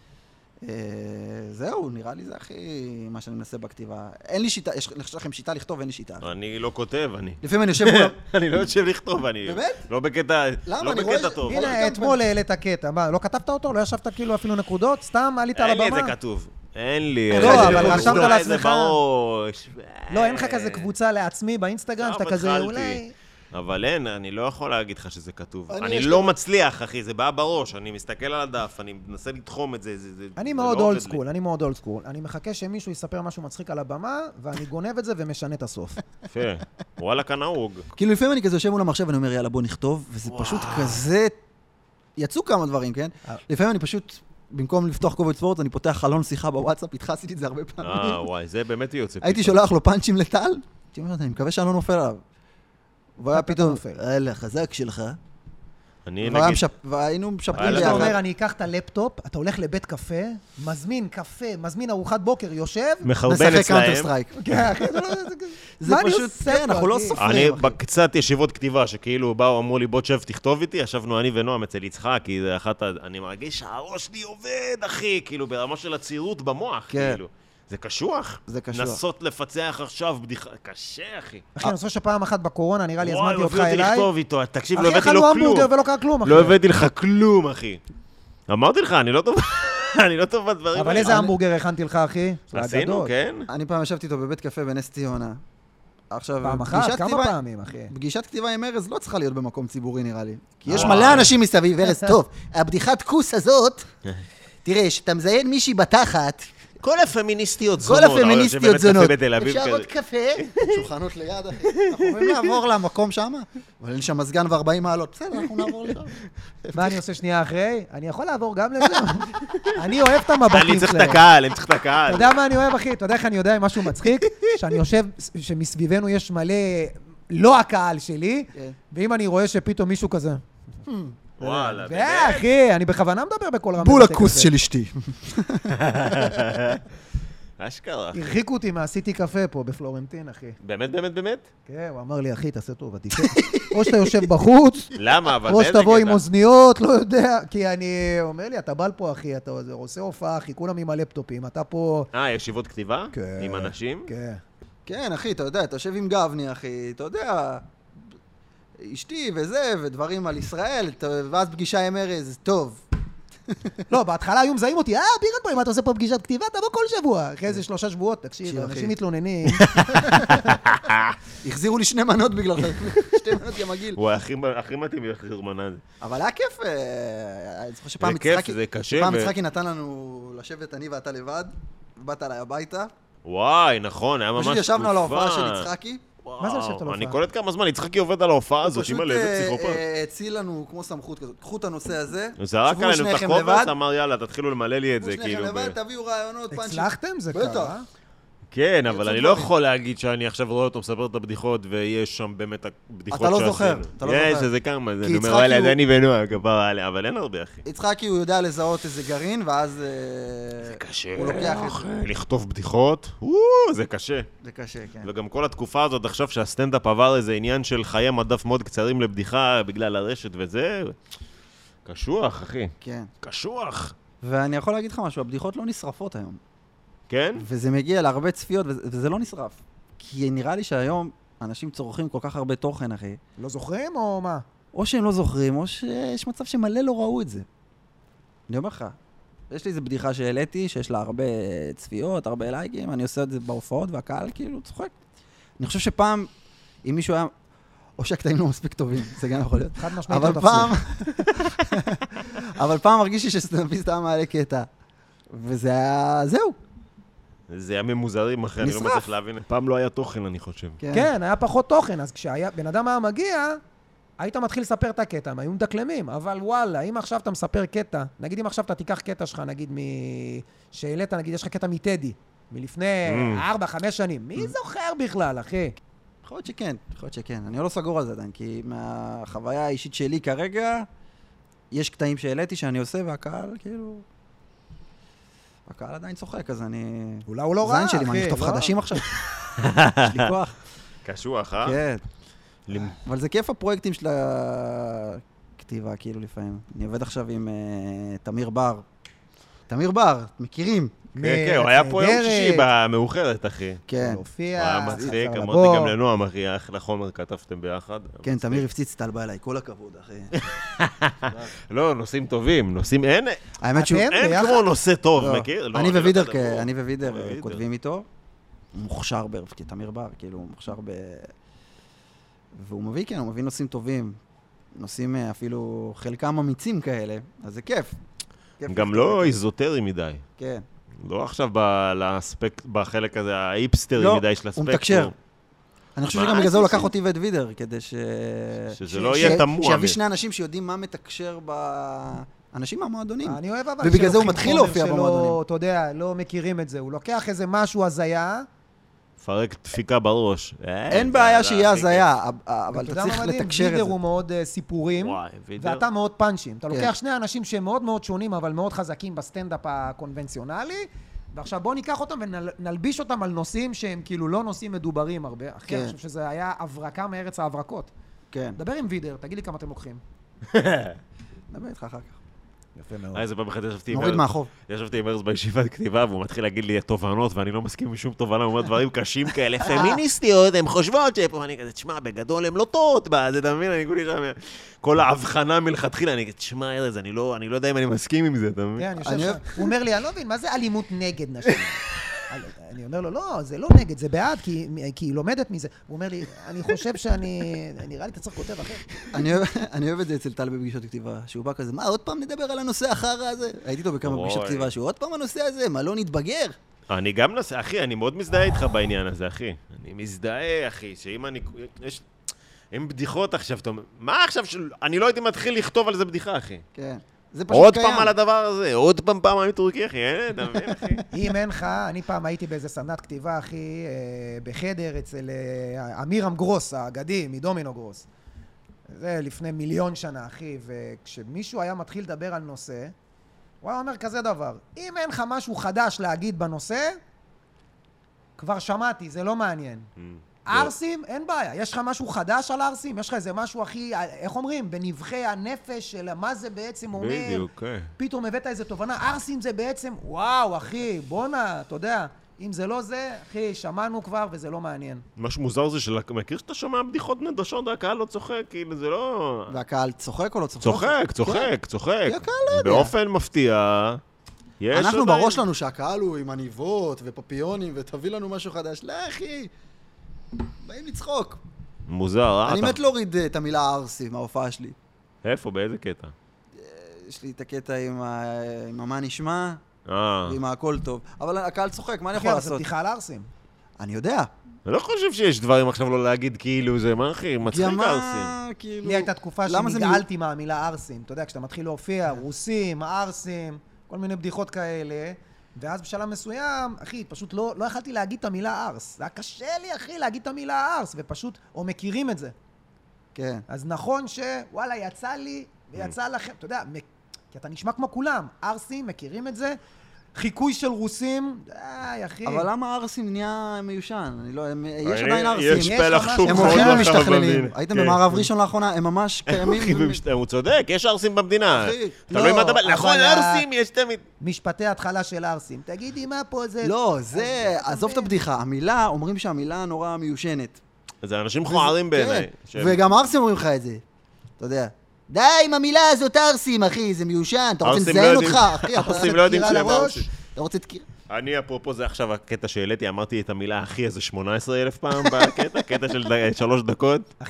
זהו, נראה לי זה הכי מה שאני מנסה בכתיבה. אין לי שיטה, יש לכם שיטה לכתוב, אין לי שיטה. אני לא כותב, אני. לפעמים אני יושב מול... אני לא יושב לכתוב, אני... באמת? לא בקטע... למה? לא בקטע טוב. הנה, אתמול העלית קטע. מה, לא כתבת אותו? לא ישבת כאילו אפילו נקודות? סתם עלית על הבמה? אין לי את זה כתוב. אין לי. לא, אבל רשמת לעצמך... לא, אין לך כזה אה, קבוצה לעצמי באינסטגרם, שאתה כזה אולי... אבל אין, אני לא יכול להגיד לך שזה כתוב. אני לא מצליח, אחי, זה בא בראש. אני מסתכל על הדף, אני מנסה לתחום את זה. אני מאוד אולד סקול, אני מאוד אולד סקול. אני מחכה שמישהו יספר משהו מצחיק על הבמה, ואני גונב את זה ומשנה את הסוף. יפה, וואלה כנהוג. כאילו לפעמים אני כזה יושב מול המחשב ואני אומר, יאללה, בוא נכתוב, וזה פשוט כזה... יצאו כמה דברים, כן? לפעמים אני פשוט... במקום לפתוח קובץ ספורט, אני פותח חלון שיחה בוואטסאפ, התחסיתי את זה הרבה פעמים. אה, וואי, זה באמת יוצא פתאום. הייתי שולח לו פאנצ'ים לטל, אני מקווה שאני לא נופל עליו. והיה פתאום, אלה, חזק שלך. אני נגיד... והיינו משפרים ביחד. אתה אומר, אני אקח את הלפטופ, אתה הולך לבית קפה, מזמין קפה, מזמין ארוחת בוקר, יושב, מחרבן אצלהם. זה פשוט, כן, אנחנו לא סופרים. אני בקצת ישיבות כתיבה, שכאילו באו, אמרו לי, בוא תשב, תכתוב איתי, ישבנו אני ונועם אצל יצחק, כי זה אחת, אני מרגיש שהראש שלי עובד, אחי, כאילו, ברמה של הצירות במוח, כאילו. זה קשוח. זה קשוח. נסות לפצח עכשיו בדיחה, קשה, אחי. אחי, אני חושב שפעם אחת בקורונה, נראה לי, הזמנתי אותך אליי. אליי. וואי, לכתוב איתו, תקשיב, לא הבאתי לו כלום. אחי, אכלנו המבורגר ולא קרה כלום, אחי. לא הבאתי לך כלום, אחי. אמרתי לך, אני לא טוב, אני לא טוב בדברים האלה. אבל איזה המבורגר הכנתי לך, אחי? עשינו, כן. אני פעם ישבתי איתו בבית קפה בנס ציונה. עכשיו, פעם אחת, כמה פעמים, אחי? פגישת כתיבה עם ארז לא צריכה להיות במקום ציבורי, נראה לי. כי יש מלא אנשים מסביב, ארז, טוב, הבדיחת כוס הזאת, תראה, שאתה מזיין מישהי בתחת, כל הפמיניסטיות זונות. כל הפמיניסטיות זונות. אפשר עוד קפה? שולחנות ליד, אחי. אנחנו יכולים לעבור למקום שם, אבל אין שם מזגן ו-ארבעים מעלות. בסדר, אנחנו נעבור לשם. מה אני עושה שנייה אחרי? אני יכול לעבור גם לזה? אני אוהב את המבטים שלהם. אני צריך את הקהל, אני צריך את הקהל. אתה יודע מה אני אוהב, אחי? אתה יודע איך אני יודע משהו מצחיק? שאני יושב, שמסביבנו יש מלא, לא הקהל שלי, ואם אני רואה שפתאום מישהו כזה... וואלה, באמת? אחי, אני בכוונה מדבר בכל רמת. בול הכוס של אשתי. אשכרה. הרחיקו אותי מהסיטי קפה פה בפלורנטין, אחי. באמת, באמת, באמת? כן, הוא אמר לי, אחי, תעשה טוב, או שאתה יושב בחוץ, למה? אבל או שתבוא עם אוזניות, לא יודע, כי אני אומר לי, אתה בא לפה, אחי, אתה עושה הופעה, אחי, כולם עם הלפטופים, אתה פה... אה, ישיבות כתיבה? כן. עם אנשים? כן. כן, אחי, אתה יודע, אתה יושב עם גבני, אחי, אתה יודע... אשתי וזה, ודברים על ישראל, ואז פגישה עם ארז, טוב. לא, בהתחלה היו מזהים אותי, אה, בירנבוים, מה אתה עושה פה פגישת כתיבה? תבוא כל שבוע. אחרי איזה שלושה שבועות, תקשיב, אנשים מתלוננים. החזירו לי שני מנות בגלל שתי מנות גם הגיל. הוא הכי מתאים להחזיר מנה. אבל היה כיף. אני זוכר שפעם מצחקי נתן לנו לשבת אני ואתה לבד, ובאת עליי הביתה. וואי, נכון, היה ממש תקופה. פשוט ישבנו על ההופעה של יצחקי. מה זה לשבת על ההופעה? אני קולט כמה זמן, יצחקי עובד על ההופעה הזאת, אימא לאיזה פסיכופת. הוא פשוט הציל לנו כמו סמכות כזאת, קחו את הנושא הזה, הוא זרק עלינו את הקובץ, אמר יאללה, תתחילו למלא לי את זה, כאילו. שבו שניכם לבד, תביאו רעיונות, פאנצ'ים. הצלחתם? זה קרה? כן, אבל אני לא יכול להגיד שאני עכשיו רואה אותו מספר את הבדיחות, ויש שם באמת הבדיחות שעשינו. אתה לא זוכר, אתה לא זוכר. יש, זה כמה, זה אומר, וואלה, זה אני ונועה, כבר עליה, אבל אין הרבה, אחי. יצחקי הוא יודע לזהות איזה גרעין, ואז זה קשה, הוא לוקח את זה. לכתוב בדיחות, זה קשה. זה קשה, כן. וגם כל התקופה הזאת, עכשיו שהסטנדאפ עבר איזה עניין של חיי מדף מאוד קצרים לבדיחה, בגלל הרשת וזה, קשוח, אחי. כן. קשוח. ואני יכול להגיד לך משהו, הבדיחות לא נשרפות היום. כן? וזה מגיע להרבה צפיות, וזה לא נשרף. כי נראה לי שהיום אנשים צורכים כל כך הרבה תוכן, אחי. לא זוכרים או מה? או שהם לא זוכרים, או שיש מצב שמלא לא ראו את זה. אני אומר לך, יש לי איזו בדיחה שהעליתי, שיש לה הרבה צפיות, הרבה לייקים, אני עושה את זה בהופעות, והקהל כאילו צוחק. אני חושב שפעם, אם מישהו היה או שהקטעים לא מספיק טובים, זה גם יכול להיות. חד משמעית אבל פעם, אבל פעם הרגישי שסטנדאפיסט היה מעלה קטע, וזה היה, זהו. זה היה ממוזרים אחרי, אני לא מצליח להבין. פעם לא היה תוכן, אני חושב. כן, היה פחות תוכן, אז כשבן אדם היה מגיע, היית מתחיל לספר את הקטע, הם היו מדקלמים, אבל וואלה, אם עכשיו אתה מספר קטע, נגיד אם עכשיו אתה תיקח קטע שלך, נגיד, שהעלית, נגיד, יש לך קטע מטדי, מלפני ארבע, חמש שנים, מי זוכר בכלל, אחי? יכול להיות שכן, יכול להיות שכן. אני לא סגור על זה עדיין, כי מהחוויה האישית שלי כרגע, יש קטעים שהעליתי שאני עושה, והקהל, כאילו... הקהל עדיין צוחק, אז אני... אולי הוא לא רע, אחי. זין שלי, מה, אני אכתוב חדשים עכשיו? יש לי כוח. קשוח, אה? כן. אבל זה כיף הפרויקטים של הכתיבה, כאילו, לפעמים. אני עובד עכשיו עם תמיר בר. תמיר בר, מכירים? כן, כן, הוא היה פה יום שישי במאוחרת, אחי. כן. הופיע. הוא היה מצחיק, אמרתי גם לנועם, אחי, אחלה חומר כתבתם ביחד. כן, תמיר הפציץ את הלבה אליי, כל הכבוד, אחי. לא, נושאים טובים, נושאים, אין, האמת שהוא... אין כמו נושא טוב, מכיר? אני ווידר, אני ווידר כותבים איתו. הוא מוכשר בערב, כי תמיר בר, כאילו, הוא מוכשר ב... והוא מביא, כן, הוא מביא נושאים טובים. נושאים אפילו חלקם אמיצים כאלה, אז זה כיף. גם לא איזוטרי מדי. כן. לא עכשיו בחלק הזה, האיפסטרי מדי של הספקטרום. הוא מתקשר. אני חושב שגם בגלל זה הוא לקח אותי ואת וידר, כדי ש... שזה לא יהיה תמוה. שיביא שני אנשים שיודעים מה מתקשר ב... אנשים מהמועדונים. אני אוהב אבל... ובגלל זה הוא מתחיל להופיע במועדונים. אתה יודע, לא מכירים את זה. הוא לוקח איזה משהו הזיה. פרק דפיקה בראש. אין בעיה שיהיה הזיה, אבל אתה צריך לתקשר את זה. וידר הוא מאוד סיפורים, ואתה מאוד פאנצ'ים. אתה לוקח שני אנשים שהם מאוד מאוד שונים, אבל מאוד חזקים בסטנדאפ הקונבנציונלי, ועכשיו בוא ניקח אותם ונלביש אותם על נושאים שהם כאילו לא נושאים מדוברים הרבה. אחי, אני חושב שזה היה הברקה מארץ ההברקות. כן. דבר עם וידר, תגיד לי כמה אתם לוקחים. נדבר איתך אחר כך. יפה מאוד. איזה פעם אחת ישבתי נוריד מהחוב. ישבתי עם ארז בישיבת כתיבה, והוא מתחיל להגיד לי תובנות, ואני לא מסכים עם שום תובנה, הוא אומר דברים קשים כאלה, פמיניסטיות, הן חושבות שפה, אני כזה, תשמע, בגדול הן לא טועות, זה אתה מבין, אני כולי שם, כל ההבחנה מלכתחילה, אני כזה, תשמע, ארז, אני לא יודע אם אני מסכים עם זה, אתה מבין? כן, אני חושב הוא אומר לי, אני לא מבין, מה זה אלימות נגד נשים? אני אומר לו, לא, זה לא נגד, זה בעד, כי היא לומדת מזה. הוא אומר לי, אני חושב שאני, נראה לי, אתה צריך כותב אחר. אני אוהב את זה אצל טל בפגישות כתיבה, שהוא בא כזה, מה, עוד פעם נדבר על הנושא אחר הזה? הייתי איתו בכמה פגישות כתיבה, שהוא עוד פעם הנושא הזה, מה, לא נתבגר? אני גם נושא, אחי, אני מאוד מזדהה איתך בעניין הזה, אחי. אני מזדהה, אחי, שאם אני, יש, עם בדיחות עכשיו, מה עכשיו, אני לא הייתי מתחיל לכתוב על זה בדיחה, אחי. כן. עוד פעם על הדבר הזה, עוד פעם פעם אני טורקי, אחי, אין, אתה מבין, אחי? אם אין לך, אני פעם הייתי באיזה סדנת כתיבה, אחי, בחדר אצל אמירם גרוס, האגדי, מדומינו גרוס. זה לפני מיליון שנה, אחי, וכשמישהו היה מתחיל לדבר על נושא, הוא היה אומר כזה דבר, אם אין לך משהו חדש להגיד בנושא, כבר שמעתי, זה לא מעניין. ארסים, אין בעיה. יש לך משהו חדש על ארסים? יש לך איזה משהו הכי, איך אומרים? בנבחי הנפש של מה זה בעצם אומר. בדיוק, כן. פתאום הבאת איזה תובנה. ארסים זה בעצם, וואו, אחי, בונה, אתה יודע. אם זה לא זה, אחי, שמענו כבר וזה לא מעניין. משהו מוזר זה של... מכיר שאתה שומע בדיחות נדושות, והקהל לא צוחק, כאילו זה לא... והקהל צוחק או לא צוחק? צוחק, צוחק, צוחק. כי הקהל לא יודע. באופן מפתיע... אנחנו בראש לנו שהקהל הוא עם עניבות ופפיונים, ותביא לנו משהו חדש. לא, אחי. באים לצחוק. מוזר, אה? אני מת להוריד את המילה ארסי מההופעה שלי. איפה? באיזה קטע? יש לי את הקטע עם מה נשמע, ועם הכל טוב. אבל הקהל צוחק, מה אני יכול לעשות? זה פתיחה על ארסים. אני יודע. אני לא חושב שיש דברים עכשיו לא להגיד כאילו זה, מה אחי? מצחיק ארסים. לי הייתה תקופה שנגעלתי מהמילה ארסים. אתה יודע, כשאתה מתחיל להופיע, רוסים, ארסים, כל מיני בדיחות כאלה. ואז בשלב מסוים, אחי, פשוט לא, לא יכלתי להגיד את המילה ארס. זה היה קשה לי, אחי, להגיד את המילה ארס, ופשוט, או מכירים את זה. כן. אז נכון שוואלה, יצא לי, ויצא לכם, אתה יודע, כי אתה נשמע כמו כולם. ארסים, מכירים את זה? חיקוי של רוסים, די, אחי. אבל למה ארסים נהיה מיושן? אני לא, יש עדיין ארסים. יש פלח שוק הם הולכים ומשתכללים. הייתם במערב ראשון לאחרונה, הם ממש קיימים. הוא צודק, יש ארסים במדינה. תלוי מה אתה... נכון, ארסים יש תמיד. משפטי התחלה של ארסים. תגידי מה פה זה... לא, זה... עזוב את הבדיחה. המילה, אומרים שהמילה נורא מיושנת. זה אנשים חוערים בעיניי. וגם ארסים אומרים לך את זה. אתה יודע. די עם המילה הזאת ארסים, אחי, זה מיושן, אתה רוצה לזיין אותך, אחי, אתה רוצה תקירה לראש, אתה רוצה תקירה. אני, אפרופו, זה עכשיו הקטע שהעליתי, אמרתי את המילה אחי איזה שמונה עשרה אלף פעם בקטע, קטע של שלוש דקות. אחי?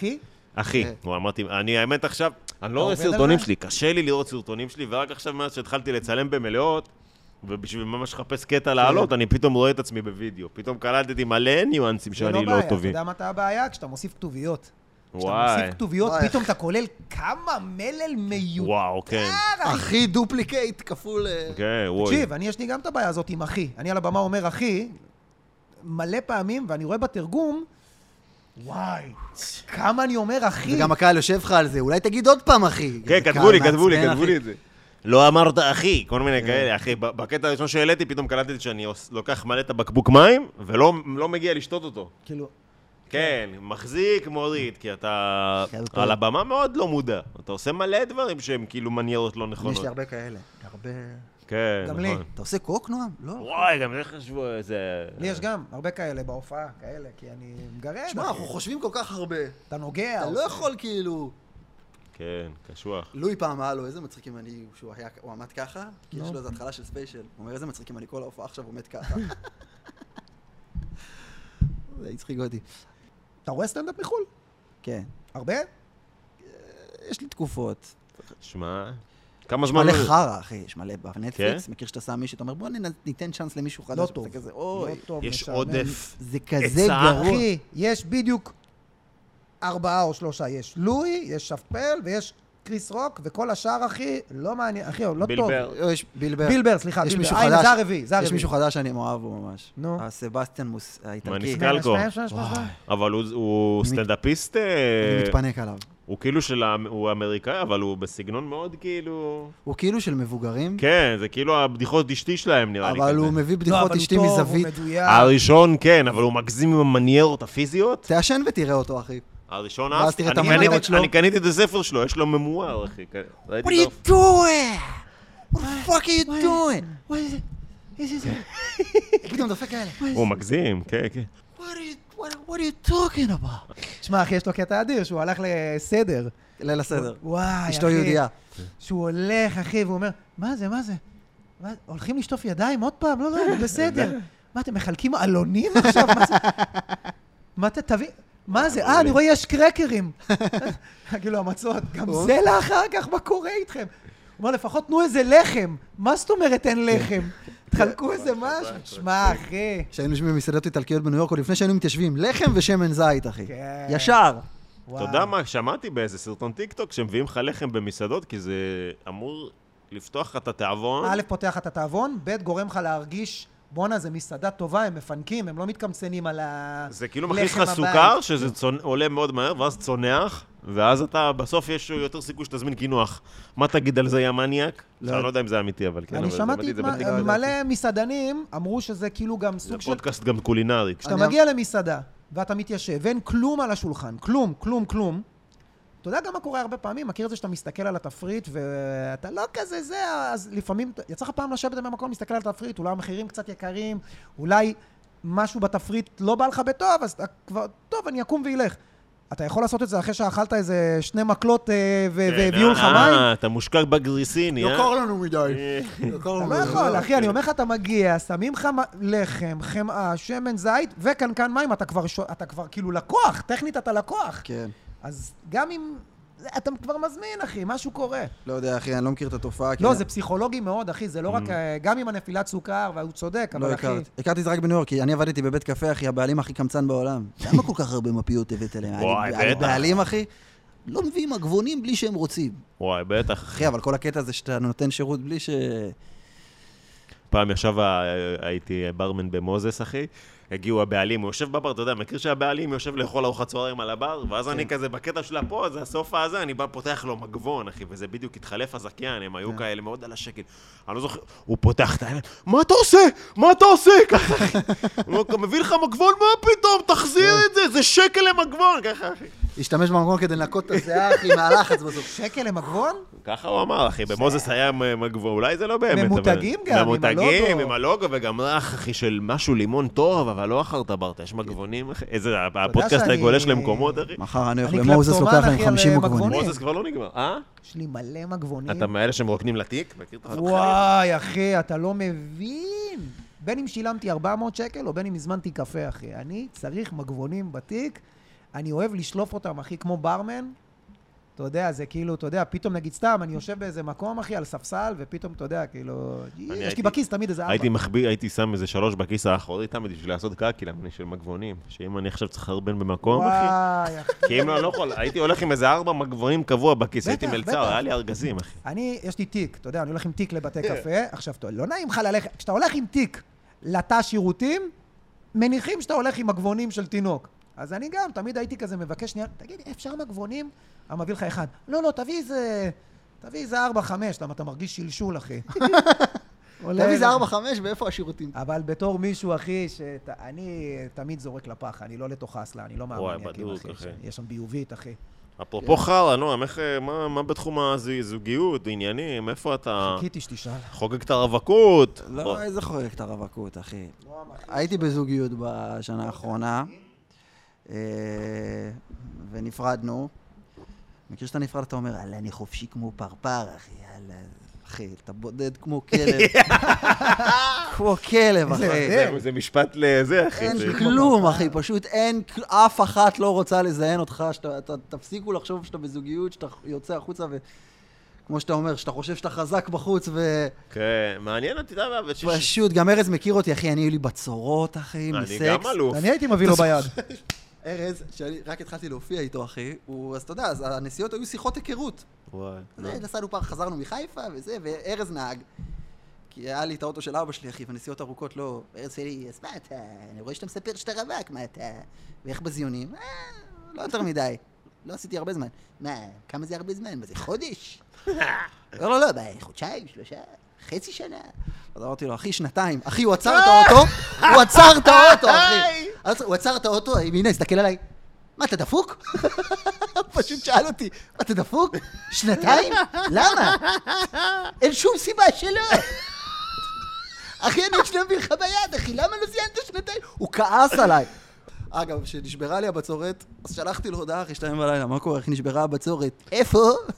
אחי, הוא אמרתי, אני האמת עכשיו, אני לא רואה סרטונים שלי, קשה לי לראות סרטונים שלי, ורק עכשיו מאז שהתחלתי לצלם במלאות, ובשביל ממש לחפש קטע לעלות, אני פתאום רואה את עצמי בווידאו. פתאום קלטתי מלא ניואנסים שאני לא טובים. אתה יודע מה אתה הבעיה? כשאתה מוסיף כתוביות. כשאתה מוסיף כתוביות, פתאום אתה כולל כמה מלל מיותר. וואו, כן. אחי דופליקייט כפול... תקשיב, אני יש לי גם את הבעיה הזאת עם אחי. אני על הבמה אומר אחי, מלא פעמים, ואני רואה בתרגום, וואי, כמה אני אומר אחי. וגם הקהל יושב לך על זה, אולי תגיד עוד פעם אחי. כן, כתבו לי, כתבו לי, כתבו לי את זה. לא אמרת אחי, כל מיני כאלה, אחי, בקטע הראשון שהעליתי, פתאום קלטתי שאני לוקח מלא את הבקבוק מים, ולא מגיע לשתות אותו. כאילו... כן, מחזיק, מוריד, כי אתה על הבמה מאוד לא מודע. אתה עושה מלא דברים שהם כאילו מניירות לא נכונות. יש לי הרבה כאלה, הרבה... כן, גם לי. אתה עושה קוק, נועם? לא. וואי, גם זה חשבו איזה... לי יש גם הרבה כאלה בהופעה, כאלה, כי אני מגרד. שמע, אנחנו חושבים כל כך הרבה. אתה נוגע. אתה לא יכול כאילו... כן, קשוח. לואי פעם היה לו, איזה מצחיקים אני, שהוא היה, הוא עמד ככה, כי יש לו איזו התחלה של ספיישל. הוא אומר, איזה מצחיקים אני כל ההופעה עכשיו עומד ככה. זה הצחיק אותי. אתה רואה סטנדאפ מחול? כן. הרבה? יש לי תקופות. שמע, כמה זמן... יש מלא חרא, אחי, יש מלא בנטפליקס, מכיר שאתה שם מישהו, אתה אומר, בוא ניתן צ'אנס למישהו חדש. לא טוב, לא טוב. יש עודף. זה כזה גרוע. אחי, יש בדיוק ארבעה או שלושה, יש לואי, יש שפל ויש קריס רוק, וכל השאר, אחי, לא מעניין, אחי, לא טוב. בילבר. בילבר. בילבר, סליחה, יש מישהו בילבר. חדש. זה הרביעי, זה הרביעי. יש מישהו חדש שאני מאוהב בו ממש. נו. הסבסטיאן מוס, האיטלקי. מניסקלקו. אבל הוא סטנדאפיסט... אני מתפנק עליו. הוא כאילו של... הוא אמריקאי, אבל הוא בסגנון מאוד כאילו... הוא כאילו של מבוגרים. כן, זה כאילו הבדיחות אשתי שלהם נראה לי כזה. אבל הוא מביא בדיחות אשתי מזווית. הראשון כן, אבל הוא מגזים עם המניירות הפיזיות. תעשן ותראה אותו, אחי. הראשון אף, אני קניתי את הספר שלו, יש לו ממואר, אחי. What are you doing? What the fuck are you doing? What is it? פתאום דופק כאלה. הוא מגזים, כן, כן. What are you talking about? תשמע, אחי, יש לו קטע אדיר, שהוא הלך לסדר. ליל הסדר. וואי, אחי. אשתו יהודייה. שהוא הולך, אחי, והוא אומר, מה זה, מה זה? הולכים לשטוף ידיים עוד פעם? לא, לא, בסדר. מה, אתם מחלקים עלונים עכשיו? מה אתה תביא? מה זה? אה, אני רואה יש קרקרים. כאילו, המצות, גם זה לאחר כך, מה קורה איתכם? הוא אומר, לפחות תנו איזה לחם. מה זאת אומרת אין לחם? תחלקו איזה משהו. שמע, אחי. כשהיינו יושבים במסעדות איטלקיות בניו יורק, או לפני שהיינו מתיישבים, לחם ושמן זית, אחי. ישר. אתה יודע מה, שמעתי באיזה סרטון טיקטוק, שמביאים לך לחם במסעדות, כי זה אמור לפתוח לך את התיאבון. א', פותח את התיאבון, ב', גורם לך להרגיש... בונה, זה מסעדה טובה, הם מפנקים, הם לא מתקמצנים על הלחם הבית. זה כאילו מכניס לך סוכר, שזה עולה מאוד מהר, ואז צונח, ואז אתה, בסוף יש יותר סיכוי שתזמין קינוח. מה תגיד על זה, יא מניאק? אני לא יודע אם זה אמיתי, אבל כן. אני שמעתי, מלא מסעדנים אמרו שזה כאילו גם סוג של... זה פודקאסט גם קולינרי. כשאתה מגיע למסעדה, ואתה מתיישב, ואין כלום על השולחן, כלום, כלום, כלום, אתה יודע גם מה קורה הרבה פעמים, מכיר את זה שאתה מסתכל על התפריט ואתה לא כזה זה, אז לפעמים, יצא לך פעם לשבת במקום, מסתכל על התפריט, אולי המחירים קצת יקרים, אולי משהו בתפריט לא בא לך בטוב, אז אתה כבר, טוב, אני אקום וילך. אתה יכול לעשות את זה אחרי שאכלת איזה שני מקלות והביאו לך מים? אה, אתה מושקע בגריסיני, אה? לא קור לנו מדי. אתה לא יכול, אחי, אני אומר לך, אתה מגיע, שמים לך לחם, חמאה, שמן זית וקנקן מים, אתה כבר כאילו לקוח, טכנית אתה לקוח. כן. אז גם אם אתה כבר מזמין, אחי, משהו קורה. לא יודע, אחי, אני לא מכיר את התופעה. לא, זה פסיכולוגי מאוד, אחי, זה לא רק, גם עם הנפילת סוכר, והוא צודק, אבל אחי... לא הכרתי את זה רק בניו יורק, כי אני עבדתי בבית קפה, אחי, הבעלים הכי קמצן בעולם. למה כל כך הרבה מפיות הבאת אליהם? וואי, בטח. הבעלים, אחי, לא מביאים מגבונים בלי שהם רוצים. וואי, בטח. אחי, אבל כל הקטע זה שאתה נותן שירות בלי ש... פעם ישב, הייתי ברמן במוזס, אחי. הגיעו הבעלים, הוא יושב בבר, אתה יודע, מכיר שהבעלים יושב לאכול ארוחת צהריים על הבר, ואז אני כזה בקטע שלה פה, זה הסוף הזה, אני בא פותח לו מגבון, אחי, וזה בדיוק התחלף הזכיין, הם היו כאלה מאוד על השקל. אני לא זוכר, הוא פותח את העיניים, מה אתה עושה? מה אתה עושה? ככה, אחי. הוא מביא לך מגבון, מה פתאום? תחזיר את זה, זה שקל למגבון, ככה, אחי. השתמש במגבון כדי לנקות את הזיעה, אחי, מהלחץ בסוף. שקל למגבון? ככה הוא אמר, אחי, במוזס היה מגבון, אולי זה לא באמת. ממותגים גם, עם ממותגים, עם הלוגו, וגם רך, אחי, של משהו לימון טוב, אבל לא אחרת ברתה, יש מגבונים, אחי, איזה, הפודקאסט הגולש למקומות, אחי. מחר אני הולך למוזס, לוקח להם חמישים מגבונים. מוזס כבר לא נגמר, אה? יש לי מלא מגבונים. אתה מאלה שמרוקנים לתיק? וואי, אחי, אתה לא מבין. בין אם שילמתי ארבע מאות שקל, או בין אם הזמנתי קפה, אחי. אני צריך מגבונים בתיק. אני אוהב לשלוף אותם, אחי, כמו ברמן. אתה יודע, זה כאילו, אתה יודע, פתאום נגיד סתם, אני יושב באיזה מקום, אחי, על ספסל, ופתאום, אתה יודע, כאילו, יש לי בכיס תמיד איזה ארבע. הייתי מחביא, הייתי שם איזה שלוש בכיס האחורי, תמיד בשביל לעשות קקי, למה אני של מגבונים, שאם אני עכשיו צריך להרבן במקום, אחי, כי אם לא, אני לא יכול, הייתי הולך עם איזה ארבע מגבונים קבוע בכיס, הייתי מלצר, היה לי ארגזים, אחי. אני, יש לי תיק, אתה יודע, אני הולך עם תיק לבתי קפה, עכשיו, לא נעים לך ללכת, כשאתה הולך עם תיק לתא שירותים, מניחים שאתה הולך עם מגבונים של תינוק. אז אני גם, תמיד הייתי כזה מבקש שנייה, תגיד, אפשר מגבונים? אני מביא לך אחד. לא, לא, תביא איזה, תביא איזה ארבע, חמש, למה אתה מרגיש שלשול, אחי. תביא איזה ארבע, חמש, ואיפה השירותים? אבל בתור מישהו, אחי, שאני תמיד זורק לפח, אני לא לתוך אסלה, אני לא מאמניאקים, אחי. יש שם ביובית, אחי. אפרופו חרא, נועם, מה בתחום הזוגיות, עניינים, איפה אתה... חיכיתי שתשאל. חוגג את הרווקות. לא, איזה חוגג את הרווקות, אחי. הייתי בזוגיות בשנה האחרונה, ונפרדנו. מכיר שאתה נפרד, אתה אומר, אללה, אני חופשי כמו פרפר, אחי, אללה, אחי, אתה בודד כמו כלב. כמו כלב, אחי. זה משפט לזה, אחי. אין כלום, אחי, פשוט אין, אף אחת לא רוצה לזיין אותך, תפסיקו לחשוב שאתה בזוגיות, שאתה יוצא החוצה, וכמו שאתה אומר, שאתה חושב שאתה חזק בחוץ, ו... כן, מעניין אותי, אתה יודע, פשוט, גם ארז מכיר אותי, אחי, אני היו לי בצורות, אחי, מסקס. אני גם אלוף. אני הייתי מביא לו ביד. ארז, שאני רק התחלתי להופיע איתו, אחי, אז אתה יודע, אז הנסיעות היו שיחות היכרות. וואי. נסענו פעם, חזרנו מחיפה וזה, וארז נהג. כי היה לי את האוטו של אבא שלי, אחי, ונסיעות ארוכות לא... ארז שלי, אז מה אתה? אני רואה שאתה מספר שאתה רווק, מה אתה? ואיך בזיונים? אה, לא יותר מדי. לא עשיתי הרבה זמן. מה, כמה זה הרבה זמן? מה זה, חודש? לא, לא, לא, חודשיים, שלושה, חצי שנה. אז אמרתי לו, אחי, שנתיים. אחי, הוא עצר את האוטו, הוא עצר את האוטו, אחי. הוא עצר את האוטו, הנה, הסתכל עליי. מה, אתה דפוק? פשוט שאל אותי, מה, אתה דפוק? שנתיים? למה? אין שום סיבה שלא. אחי, אני עוד שניים בלך ביד, אחי, למה לא זיינת שנתיים? הוא כעס עליי. אגב, כשנשברה לי הבצורת, אז שלחתי לו הודעה אחרי שתיים בלילה, מה קורה, איך נשברה הבצורת? איפה?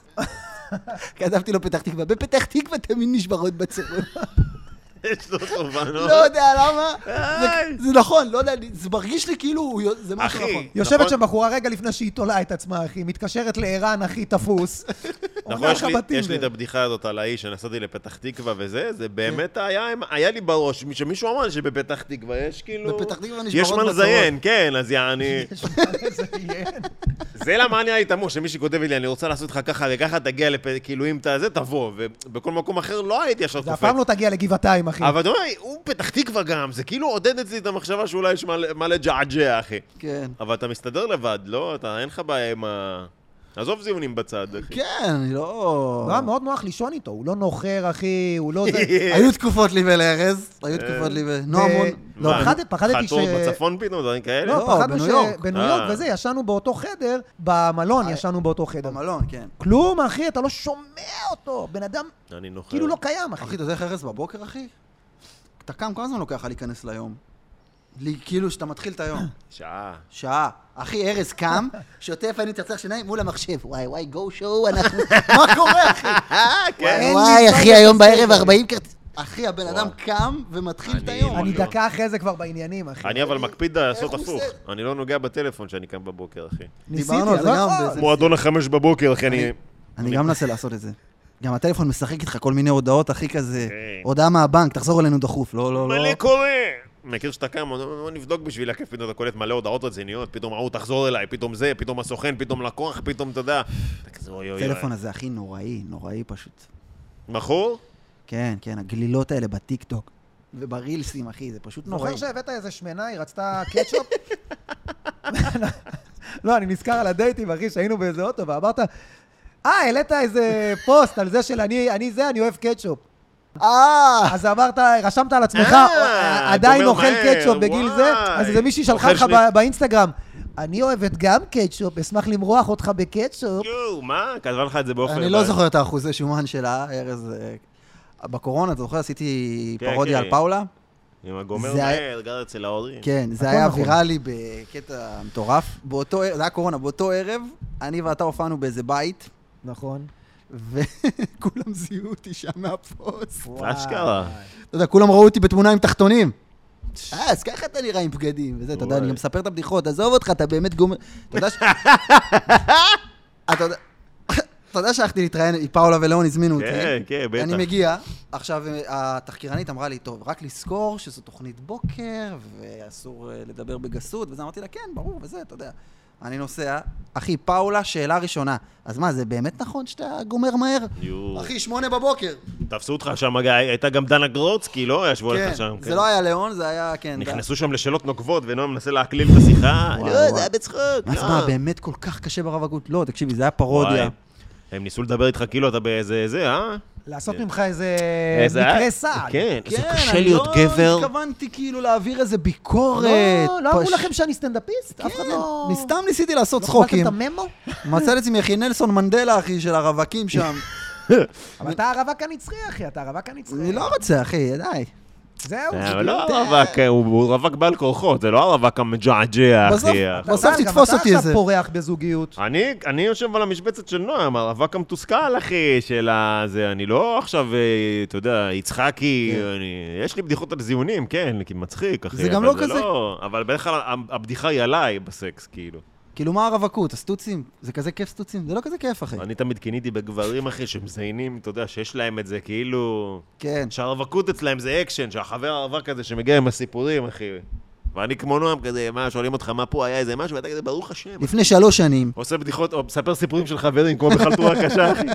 כתבתי לו פתח תקווה, בפתח תקווה תמיד נשברות בצורות. יש לו תובנות. לא יודע למה, זה נכון, לא יודע, זה מרגיש לי כאילו, זה משהו נכון. יושבת שם בחורה רגע לפני שהיא תולה את עצמה, אחי, מתקשרת לערן, אחי, תפוס. נכון, יש לי את הבדיחה הזאת על האיש שנסעתי לפתח תקווה וזה, זה באמת היה לי בראש, שמישהו אמר שבפתח תקווה יש כאילו... בפתח תקווה נשברות בצורות. יש מה לזיין, כן, אז יעני... יש מה לזיין. זה למה אני הייתי אמור, שמישהי כותב לי, אני רוצה לעשות לך ככה וככה, תגיע כאילו אם אתה זה, תבוא, ובכל מקום אחר לא הייתי עכשיו זה הפעם לא תגיע לגבעתיים, אחי. אבל אתה אומר, הוא פתח תקווה גם, זה כאילו עודד אצלי את המחשבה שאולי יש מה לג'עג'ע, אחי. כן. אבל אתה מסתדר לבד, לא? אתה, אין לך בעיה עם ה... עזוב זיונים בצד, אחי. כן, אני לא... לא, מאוד נוח לישון איתו, הוא לא נוחר, אחי, הוא לא זה... היו תקופות לי ולארז, היו תקופות לי ו... נועם... לא, פחדתי ש... חתור בצפון פתאום, דברים כאלה? לא, פחדנו שבניו יורק וזה, ישנו באותו חדר, במלון ישנו באותו חדר. במלון, כן. כלום, אחי, אתה לא שומע אותו, בן אדם כאילו לא קיים, אחי. אחי, אתה יודע איך ארז בבוקר, אחי? אתה קם, כמה זמן לוקח להיכנס ליום? כאילו שאתה מתחיל את היום. שעה. שעה. אחי, ארז קם, שוטף, אני תרצח שיניים מול המחשב. וואי, וואי, גו שואו, אנחנו... מה קורה, אחי? וואי, אחי, היום בערב ארבעים כרטיס... אחי, הבן אדם קם ומתחיל את היום. אני דקה אחרי זה כבר בעניינים, אחי. אני אבל מקפיד לעשות הפוך. אני לא נוגע בטלפון שאני קם בבוקר, אחי. דיברנו על זה גם. מועדון החמש בבוקר, אחי, אני... אני גם נסה לעשות את זה. גם הטלפון משחק איתך כל מיני הודעות, אחי, כזה... הודעה מהבנק, תחזור אלינו דחוף. לא, לא, לא. מלא קורה. מכיר שאתה קם, נבדוק בשביל הכיף, פתאום אתה קולט מלא הודעות רציניות, פתאום אמרו תחזור אליי, פתאום זה, פתאום הסוכן, פתאום לקוח, פתאום אתה יודע. הטלפון הזה, אחי, נוראי, נוראי פשוט. מכור? כן, כן, הגלילות האלה בטיק-טוק וברילסים, אחי, זה פשוט נוראי. זוכר שהבאת איזה שמנה, היא רצתה קטשופ? לא, אני נזכר על הדייטים, אחי, שהיינו באיזה אוטו, ואמרת, אה, העלית איזה פוסט על זה של אני זה, אני אוהב קטשופ. אה! אז אמרת, רשמת על עצמך, עדיין אוכל קטשופ בגיל זה, אז איזה מישהי שלחה לך באינסטגרם. אני אוהבת גם קטשופ, אשמח למרוח אותך בקטשופ. יואו, מה? כתבה לך את זה באופן... אני לא זוכר את האחוזי שומן שלה, ארז... בקורונה, אתה זוכר, עשיתי פרודיה על פאולה. עם הגומר מהר, גר אצל ההורים. כן, זה היה ויראלי בקטע מטורף. זה היה קורונה, באותו ערב, אני ואתה הופענו באיזה בית. נכון. וכולם זיהו אותי שם מהפוסט. אשכרה. אתה יודע, כולם ראו אותי בתמונה עם תחתונים. אה, אז ככה אתה נראה עם בגדים, וזה, אתה יודע, אני גם מספר את הבדיחות, עזוב אותך, אתה באמת גומר... אתה יודע ש... אתה יודע... אתה יודע שהלכתי להתראיין, פאולה ולאון הזמינו אותי. כן, כן, בטח. אני מגיע, עכשיו התחקירנית אמרה לי, טוב, רק לזכור שזו תוכנית בוקר, ואסור לדבר בגסות, וזה אמרתי לה, כן, ברור, וזה, אתה יודע. אני נוסע, אחי, פאולה, שאלה ראשונה. אז מה, זה באמת נכון שאתה גומר מהר? יו. אחי, שמונה בבוקר. תפסו אותך שם, הייתה גם דנה גרוצקי, לא? ישבו עליך שם. כן, זה לא היה לאון, זה היה, כן. נכנסו שם לשאלות נוקבות, ונועם מנסה להקליל את השיחה. לא, זה היה בצחוק. מה, באמת כל כך קשה ברווקות? לא, תקשיבי, זה היה פרודיה. הם ניסו לדבר איתך כאילו אתה באיזה זה, אה? לעשות ממך איזה מקרה סעד. כן, זה קשה להיות גבר. לא התכוונתי כאילו להעביר איזה ביקורת. לא, לא אמרו לכם שאני סטנדאפיסט? אף אחד לא... אני סתם ניסיתי לעשות צחוקים. לא קיבלתם את הממו? מצא לעצמי אחי נלסון מנדלה, אחי, של הרווקים שם. אבל אתה הרווק הנצחי, אחי, אתה הרווק הנצחי. אני לא רוצה, אחי, די. זהו. זה לא הרווק, הוא רווק בעל כורחות, זה לא הרווק המג'עג'ע, אחי. בסוף תתפוס אותי איזה. אתה עכשיו פורח בזוגיות. אני יושב על המשבצת של נועם, הרווק המתוסכל, אחי, של הזה, אני לא עכשיו, אתה יודע, יצחקי, יש לי בדיחות על זיונים, כן, כי מצחיק, אחי. זה גם לא כזה. אבל בדרך כלל הבדיחה היא עליי בסקס, כאילו. כאילו מה הרווקות? הסטוצים? זה כזה כיף סטוצים? זה לא כזה כיף, אחי. אני תמיד קיניתי בגברים, אחי, שמזיינים, אתה יודע, שיש להם את זה, כאילו... כן. שהרווקות אצלהם זה אקשן, שהחבר הרווק הזה שמגיע עם הסיפורים, אחי. ואני כמו נועם כזה, מה, שואלים אותך מה פה היה איזה משהו, ואתה כזה, ברוך השם. לפני שלוש שנים. עושה בדיחות, או מספר סיפורים של חברים, כמו בחלטורה קשה, אחי.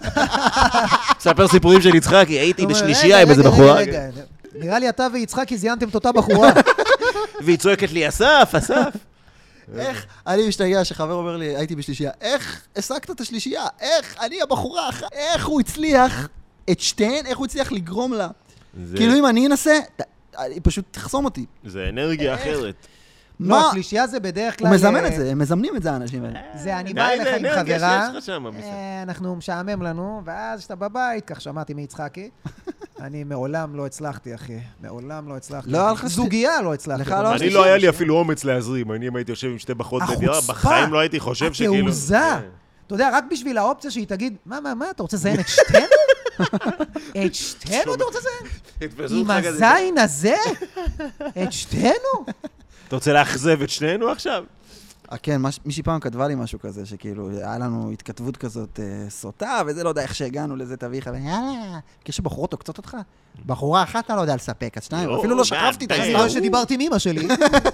מספר סיפורים של יצחקי, הייתי בשלישייה עם איזה בחורה. נראה לי אתה ויצחקי זיינתם את אותה בחורה. והיא צועקת לי, אסף, אסף. איך, אני משתגע שחבר אומר לי, הייתי בשלישייה, איך השגת את השלישייה? איך, אני הבחורה, איך הוא הצליח את שתיהן, איך הוא הצליח לגרום לה? כאילו אם אני אנסה, פשוט תחסום אותי. זה אנרגיה אחרת. לא, השלישייה זה בדרך כלל... הוא מזמן את זה, הם מזמנים את זה האנשים האלה. זה אני בא אליך עם חברה, אנחנו משעמם לנו, ואז שאתה בבית, כך שמעתי מיצחקי, אני מעולם לא הצלחתי, אחי. מעולם לא הצלחתי. זוגיה לא הצלחתי. אני לא היה לי אפילו אומץ להזרים, אני אם הייתי יושב עם שתי בחורות בדירה, בחיים לא הייתי חושב שכאילו... התעוזה. אתה יודע, רק בשביל האופציה שהיא תגיד, מה, מה, מה, אתה רוצה לזיין את שתינו? את שתינו אתה רוצה לזיין? עם הזין הזה? את שתינו? אתה רוצה לאכזב את שנינו עכשיו? כן, מישהי פעם כתבה לי משהו כזה, שכאילו, היה לנו התכתבות כזאת סוטה, וזה לא יודע איך שהגענו לזה, תביא לך, ויאללה, כשבחורות עוקצות אותך, בחורה אחת אתה לא יודע לספק, אז שניים, אפילו לא שכבתי את זה. לא שדיברתי עם אמא שלי.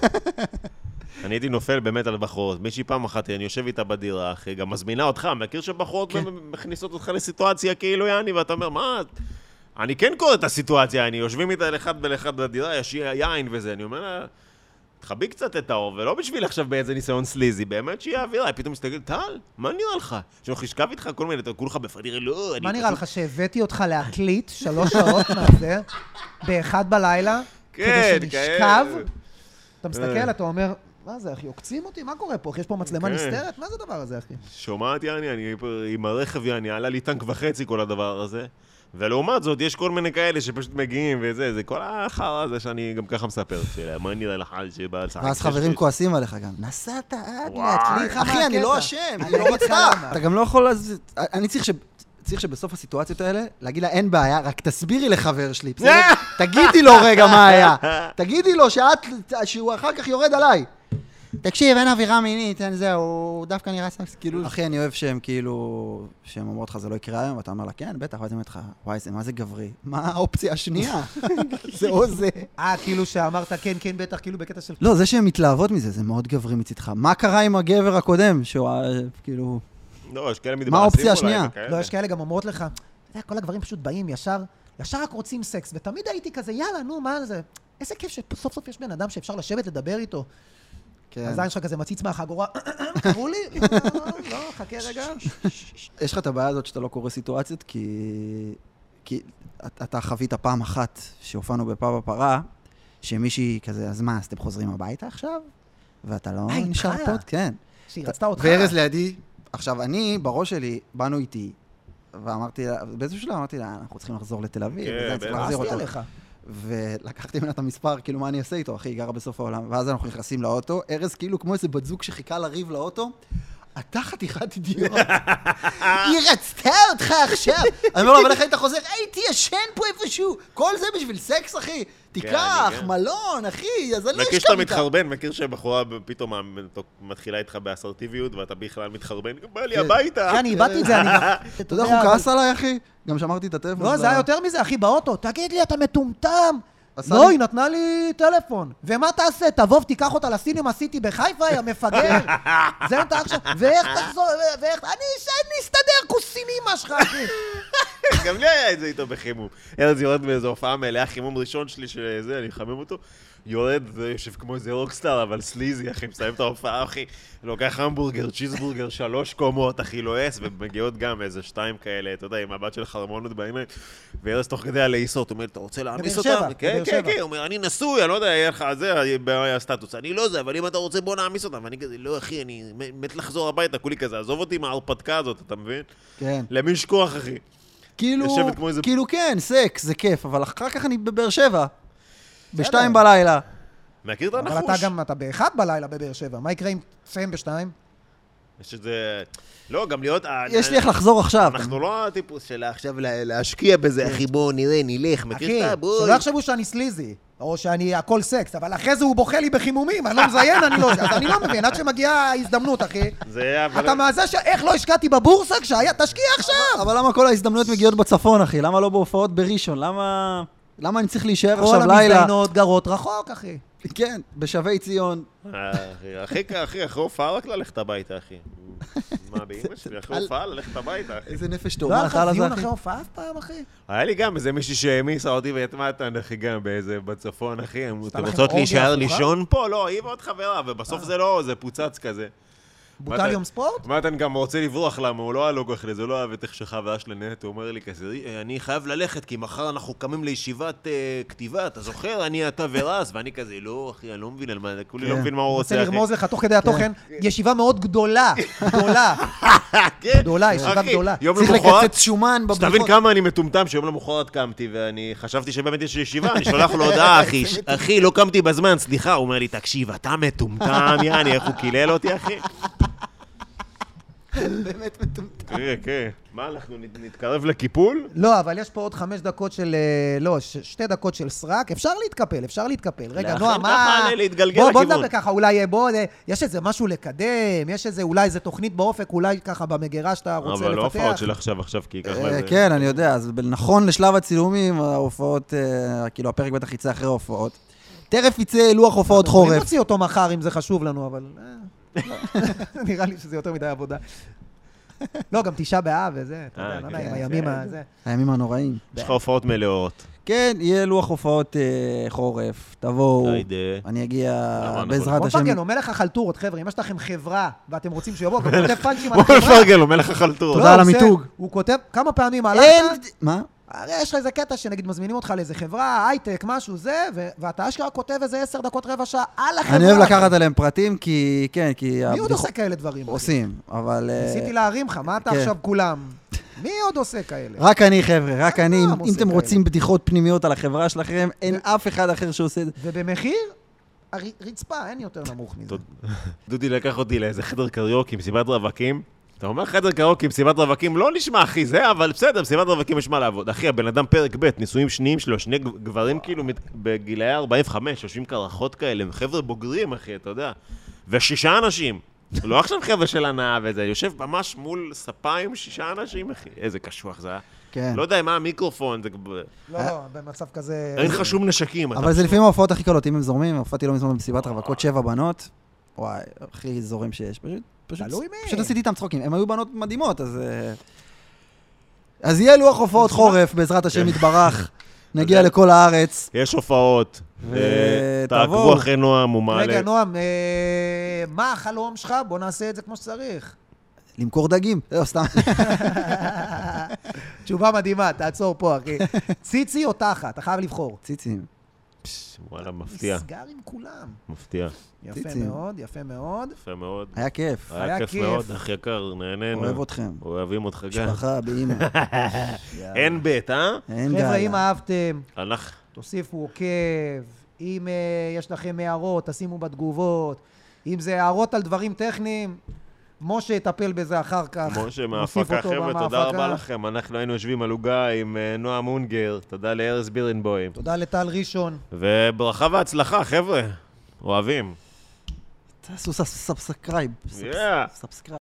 אני הייתי נופל באמת על בחורות, מישהי פעם אחת, אני יושב איתה בדירה, אחי, גם מזמינה אותך, מכיר שבחורות מכניסות אותך לסיטואציה כאילו יעני, ואתה אומר, מה? אני כן קורא את הסיטואציה, אני יושבים איתה לאחד ולאחד בדירה, יש יין וזה, אני אומר לה, תחבי קצת את האור, ולא בשביל עכשיו באיזה ניסיון סליזי, באמת שיהיה אווירה, פתאום מסתכל, טל, מה נראה לך? שאני חשכב איתך כל מיני, אתה כולך בפרדיר, לא, אני... מה נראה לך, שהבאתי אותך להקליט שלוש שעות מהזה, באחד בלילה, כדי שנשכב? אתה מסתכל, אתה אומר, מה זה, אחי, עוקצים אותי? מה קורה פה? יש פה מצלמה נסתרת? מה זה הדבר הזה, אחי? שומעת, יעני, אני עם הרכב, יעני, עלה לי טנק וחצי כל הדבר הזה. ולעומת זאת, יש כל מיני כאלה שפשוט מגיעים וזה, זה כל החרא הזה שאני גם ככה מספר, מה נראה לך שבא לשחק? ואז חברים כועסים עליך גם, נסעת עד להקליט, אחי, אני לא אשם, אני לא רצה. אתה גם לא יכול, אני צריך שבסוף הסיטואציות האלה, להגיד לה, אין בעיה, רק תסבירי לחבר שלי, תגידי לו רגע מה היה, תגידי לו שהוא אחר כך יורד עליי. תקשיב, אין אווירה מינית, אין זה, הוא דווקא נראה סקס, כאילו... אחי, אני אוהב שהם כאילו... שהם אומרות לך, זה לא יקרה היום, ואתה אומר לה, כן, בטח, ואתה אומר לך, וואי, זה מה זה גברי? מה האופציה השנייה? זה או זה. אה, כאילו שאמרת, כן, כן, בטח, כאילו בקטע של... לא, זה שהן מתלהבות מזה, זה מאוד גברי מצדך. מה קרה עם הגבר הקודם, שהוא, כאילו... לא, יש כאלה מדברים... מה האופציה השנייה? לא, יש כאלה גם אומרות לך, כל הגברים פשוט באים ישר, ישר רק רוצים סקס, ותמיד הייתי כזה, יאללה, נו, מה זה? איזה כיף שסוף סוף יש בן אדם שאפשר לשבת לדבר איתו. הזין שלך כזה מציץ מהחגורה, קראו לי? לא, חכה רגע. יש לך את הבעיה הזאת שאתה לא קורא סיטואציות, כי אתה חווית פעם אחת שהופענו בפאב הפרה, שמישהי כזה, אז מה, אז אתם חוזרים הביתה עכשיו? ואתה לא נשאר פה? כן. שהיא רצתה אותך. וארז לידי, עכשיו אני, בראש שלי, באנו איתי, ואמרתי לה, באיזשהו שלב אמרתי לה, אנחנו צריכים לחזור לתל אביב, וזה צריך להחזיר אותו. ולקחתי ממנה את המספר, כאילו מה אני אעשה איתו, אחי, היא גרה בסוף העולם, ואז אנחנו נכנסים לאוטו, ארז כאילו כמו איזה בת זוג שחיכה לריב לאוטו, אתה חתיכת אידיוט. היא רצתה אותך עכשיו. אני אומר לו, אבל איך היית חוזר? הייתי ישן פה איפשהו. כל זה בשביל סקס, אחי. תיקח, מלון, אחי, אז אני לא אשכב איתה. מכיר שאתה מתחרבן, מכיר שבחורה פתאום מתחילה איתך באסרטיביות, ואתה בכלל מתחרבן, בא לי הביתה. כן, אני איבדתי את זה, אני... אתה יודע, הוא כעס עליי, אחי? גם שמרתי את הטלפון. לא, זה היה יותר מזה, אחי, באוטו. תגיד לי, אתה מטומטם. לא, היא נתנה לי טלפון. ומה תעשה? תבוא ותיקח אותה לסינמה סיטי בחיפה, יא מפגר. זה אתה עכשיו... ואיך תחזור... ואיך... אני אסתדר כוסין אמא שלך, אחי. גם לי היה את זה איתו בחימום. ארז יורד באיזו הופעה מלאה, חימום ראשון שלי שזה, אני אחמם אותו. יורד, זה יושב כמו איזה רוקסטאר, אבל סליזי, אחי, מסיים את ההופעה, אחי. לוקח המבורגר, צ'יזבורגר, שלוש קומות, אחי, לועס, ומגיעות גם איזה שתיים כאלה, אתה יודע, עם הבת של חרמונות בעיניים. וארז תוך כדי הלעיסות, הוא אומר, אתה רוצה להעמיס אותם? כן, כן, כן, הוא אומר, אני נשוי, אני לא יודע, יהיה לך זה, הסטטוס. אני לא זה, אבל אם אתה רוצה, בוא נעמיס אותם. ואני כזה, לא, אחי, אני מת לחזור הביתה, כולי כזה, עזוב אותי מההרפתקה הזאת, אתה מבין? כן. למי יש כוח, אחי? כאילו, כאילו כן, סקס, זה כיף, אבל אחר כך אני בבאר שבע, בשתיים בלילה. מכיר את הנחוש? אבל אתה גם, אתה באחד בלילה בבאר שבע, מה יקרה אם תסיים בשתיים? יש את זה... לא, גם להיות... יש לי איך לחזור עכשיו. אנחנו לא הטיפוס של עכשיו להשקיע בזה, אחי, בוא נראה, נלך, מכיר את זה? שלא יחשבו שאני סליזי, או שאני הכל סקס, אבל אחרי זה הוא בוכה לי בחימומים, אני לא מזיין, אני לא... אז אני לא מבין, עד שמגיעה ההזדמנות, אחי. אתה מהזה שאיך לא השקעתי בבורסה כשהיה, תשקיע עכשיו! אבל למה כל ההזדמנויות מגיעות בצפון, אחי? למה לא בהופעות בראשון? למה... למה אני צריך להישאר עכשיו לילה? כל המזדיינות גרות רחוק, אחי. כן, בשבי ציון. אחי, אחי, אחרי הופעה רק ללכת הביתה, אחי. מה, באמא שלי? אחרי הופעה ללכת הביתה, אחי. איזה נפש לא טובה. היה לך דיון אחרי הופעה אף פעם, אחי? היה לי גם איזה מישהי שהעמיסה אותי והתמתן, אחי, גם באיזה בצפון, אחי. אתם רוצות להישאר לישון פה? לא, היא ועוד חברה, ובסוף זה לא, זה פוצץ כזה. בוטל יום ספורט? מתן גם רוצה לברוח, למה הוא לא היה לוגו אחרי זה, לא אוהב את איך שחברה של נט, הוא אומר לי כזה, אני חייב ללכת, כי מחר אנחנו קמים לישיבת כתיבה, אתה זוכר? אני אתה ורז, ואני כזה, לא, אחי, אני לא מבין על מה, כולי לא מבין מה הוא רוצה, אחי. רוצה לרמוז לך, תוך כדי התוכן, ישיבה מאוד גדולה, גדולה. גדולה, ישיבה גדולה. צריך לקצץ שומן בבריחות. שתבין כמה אני מטומטם, שיום למחרת קמתי, ואני חשבתי שבאמת יש ישיבה, אני שולח לו הודעה, אחי, אחי, לא קמתי בזמן, סליחה, הוא אומר לי, תקשיב, אתה מטומטם, יעני, איך הוא קילל אותי, אחי? באמת מטומטם. כן, כן. מה, אנחנו נתקרב לקיפול? לא, אבל יש פה עוד חמש דקות של... לא, שתי דקות של סרק. אפשר להתקפל, אפשר להתקפל. רגע, נועה, מה... בוא נדבר ככה, אולי בוא... יש איזה משהו לקדם, יש איזה, אולי איזה תוכנית באופק, אולי ככה במגירה שאתה רוצה לפתח. אבל לא הופעות של עכשיו, עכשיו, כי ייקח לזה... כן, אני יודע. אז נכון לשלב הצילומים, ההופעות, כאילו, הפרק בטח יצא אחרי ההופעות. תכף יצא לוח הופעות חורף. אני נוציא אותו מחר אם זה חשוב לנו, אבל... נראה לי שזה יותר מדי עבודה. לא, גם תשעה באב וזה, אתה יודע, לא יודע, עם הימים הזה. הימים הנוראים. יש לך הופעות מלאות. כן, יהיה לוח הופעות חורף, תבואו, אני אגיע בעזרת השם. בוא נפרגן לו, מלך החלטורות, חבר'ה, אם יש לכם חברה ואתם רוצים שיבוא, הוא כותב פאנצ'ים על החברה. בוא נפרגן לו, מלך החלטורות. תודה על המיתוג. הוא כותב כמה פעמים הלכת. מה? הרי יש לך איזה קטע שנגיד מזמינים אותך לאיזה חברה, הייטק, משהו זה, ואתה אשכרה כותב איזה עשר דקות רבע שעה על החברה. אני אוהב לקחת עליהם פרטים, כי כן, כי... מי עוד עושה כאלה דברים? עושים, אבל... ניסיתי להרים לך, מה אתה עכשיו כולם? מי עוד עושה כאלה? רק אני, חבר'ה, רק אני. אם אתם רוצים בדיחות פנימיות על החברה שלכם, אין אף אחד אחר שעושה את זה. ובמחיר? הרצפה, אין יותר נמוך מזה. דודי לקח אותי לאיזה חדר קריוקי עם סיבת רווקים. אתה אומר חדר קריוקי עם סיבת רווקים, לא נשמע אחי זה, אבל בסדר, סיבת רווקים יש מה לעבוד. אחי, הבן אדם פרק ב', ניסויים שניים שלו, שני גברים כאילו בגילאי ארבעים וחמש, יושבים קרחות כאלה, הם חבר'ה בוגרים אחי, אתה יודע. ושישה אנשים, לא עכשיו חבר'ה של הנאה וזה, יושב ממש מול ספה עם שישה אנשים אחי, איזה קשוח זה היה. כן. לא יודע מה המיקרופון, זה... לא, לא, במצב כזה... אין לך שום נשקים. אבל זה לפעמים ההופעות הכי קלות, אם הם זורמים, הופעתי לא מזורמים בסיבת רווקות שבע בנות, וואי, הכי זורים שיש, פשוט. פשוט, פשוט עשיתי איתם צחוקים. הם היו בנות מדהימות, אז... אז יהיה לוח הופעות חורף, בעזרת השם יתברך. נגיע לכל הארץ. יש הופעות. תעקבו אחרי נועם, הוא מעלה. רגע, נועם, מה החלום שלך? בוא נעשה את זה כמו שצריך. למכור דגים. לא, סתם. תשובה מדהימה, תעצור פה, אחי. ציצי או תחת? אתה חייב לבחור. ציצים. וואלה, מפתיע. נסגר עם כולם. מפתיע. יפה מאוד, יפה מאוד. יפה מאוד. היה כיף. היה כיף מאוד, אח יקר, נהנינו. אוהב אתכם. אוהבים אותך גם. משפחה, באמא. אין בית, אה? אין גאלה. חבר'ה, אם אהבתם, הלך. תוסיפו עוקב. אם יש לכם הערות, תשימו בתגובות. אם זה הערות על דברים טכניים, משה יטפל בזה אחר כך. משה מההפקה, חבר'ה, תודה רבה לכם. אנחנו היינו יושבים על עוגה עם נועה מונגר, תודה לארז בירנבוים. תודה לטל ראשון. וברכה והצלחה, חבר'ה. אוהבים. תעשו סאבסקרייב. Yeah. סאבסקרייב.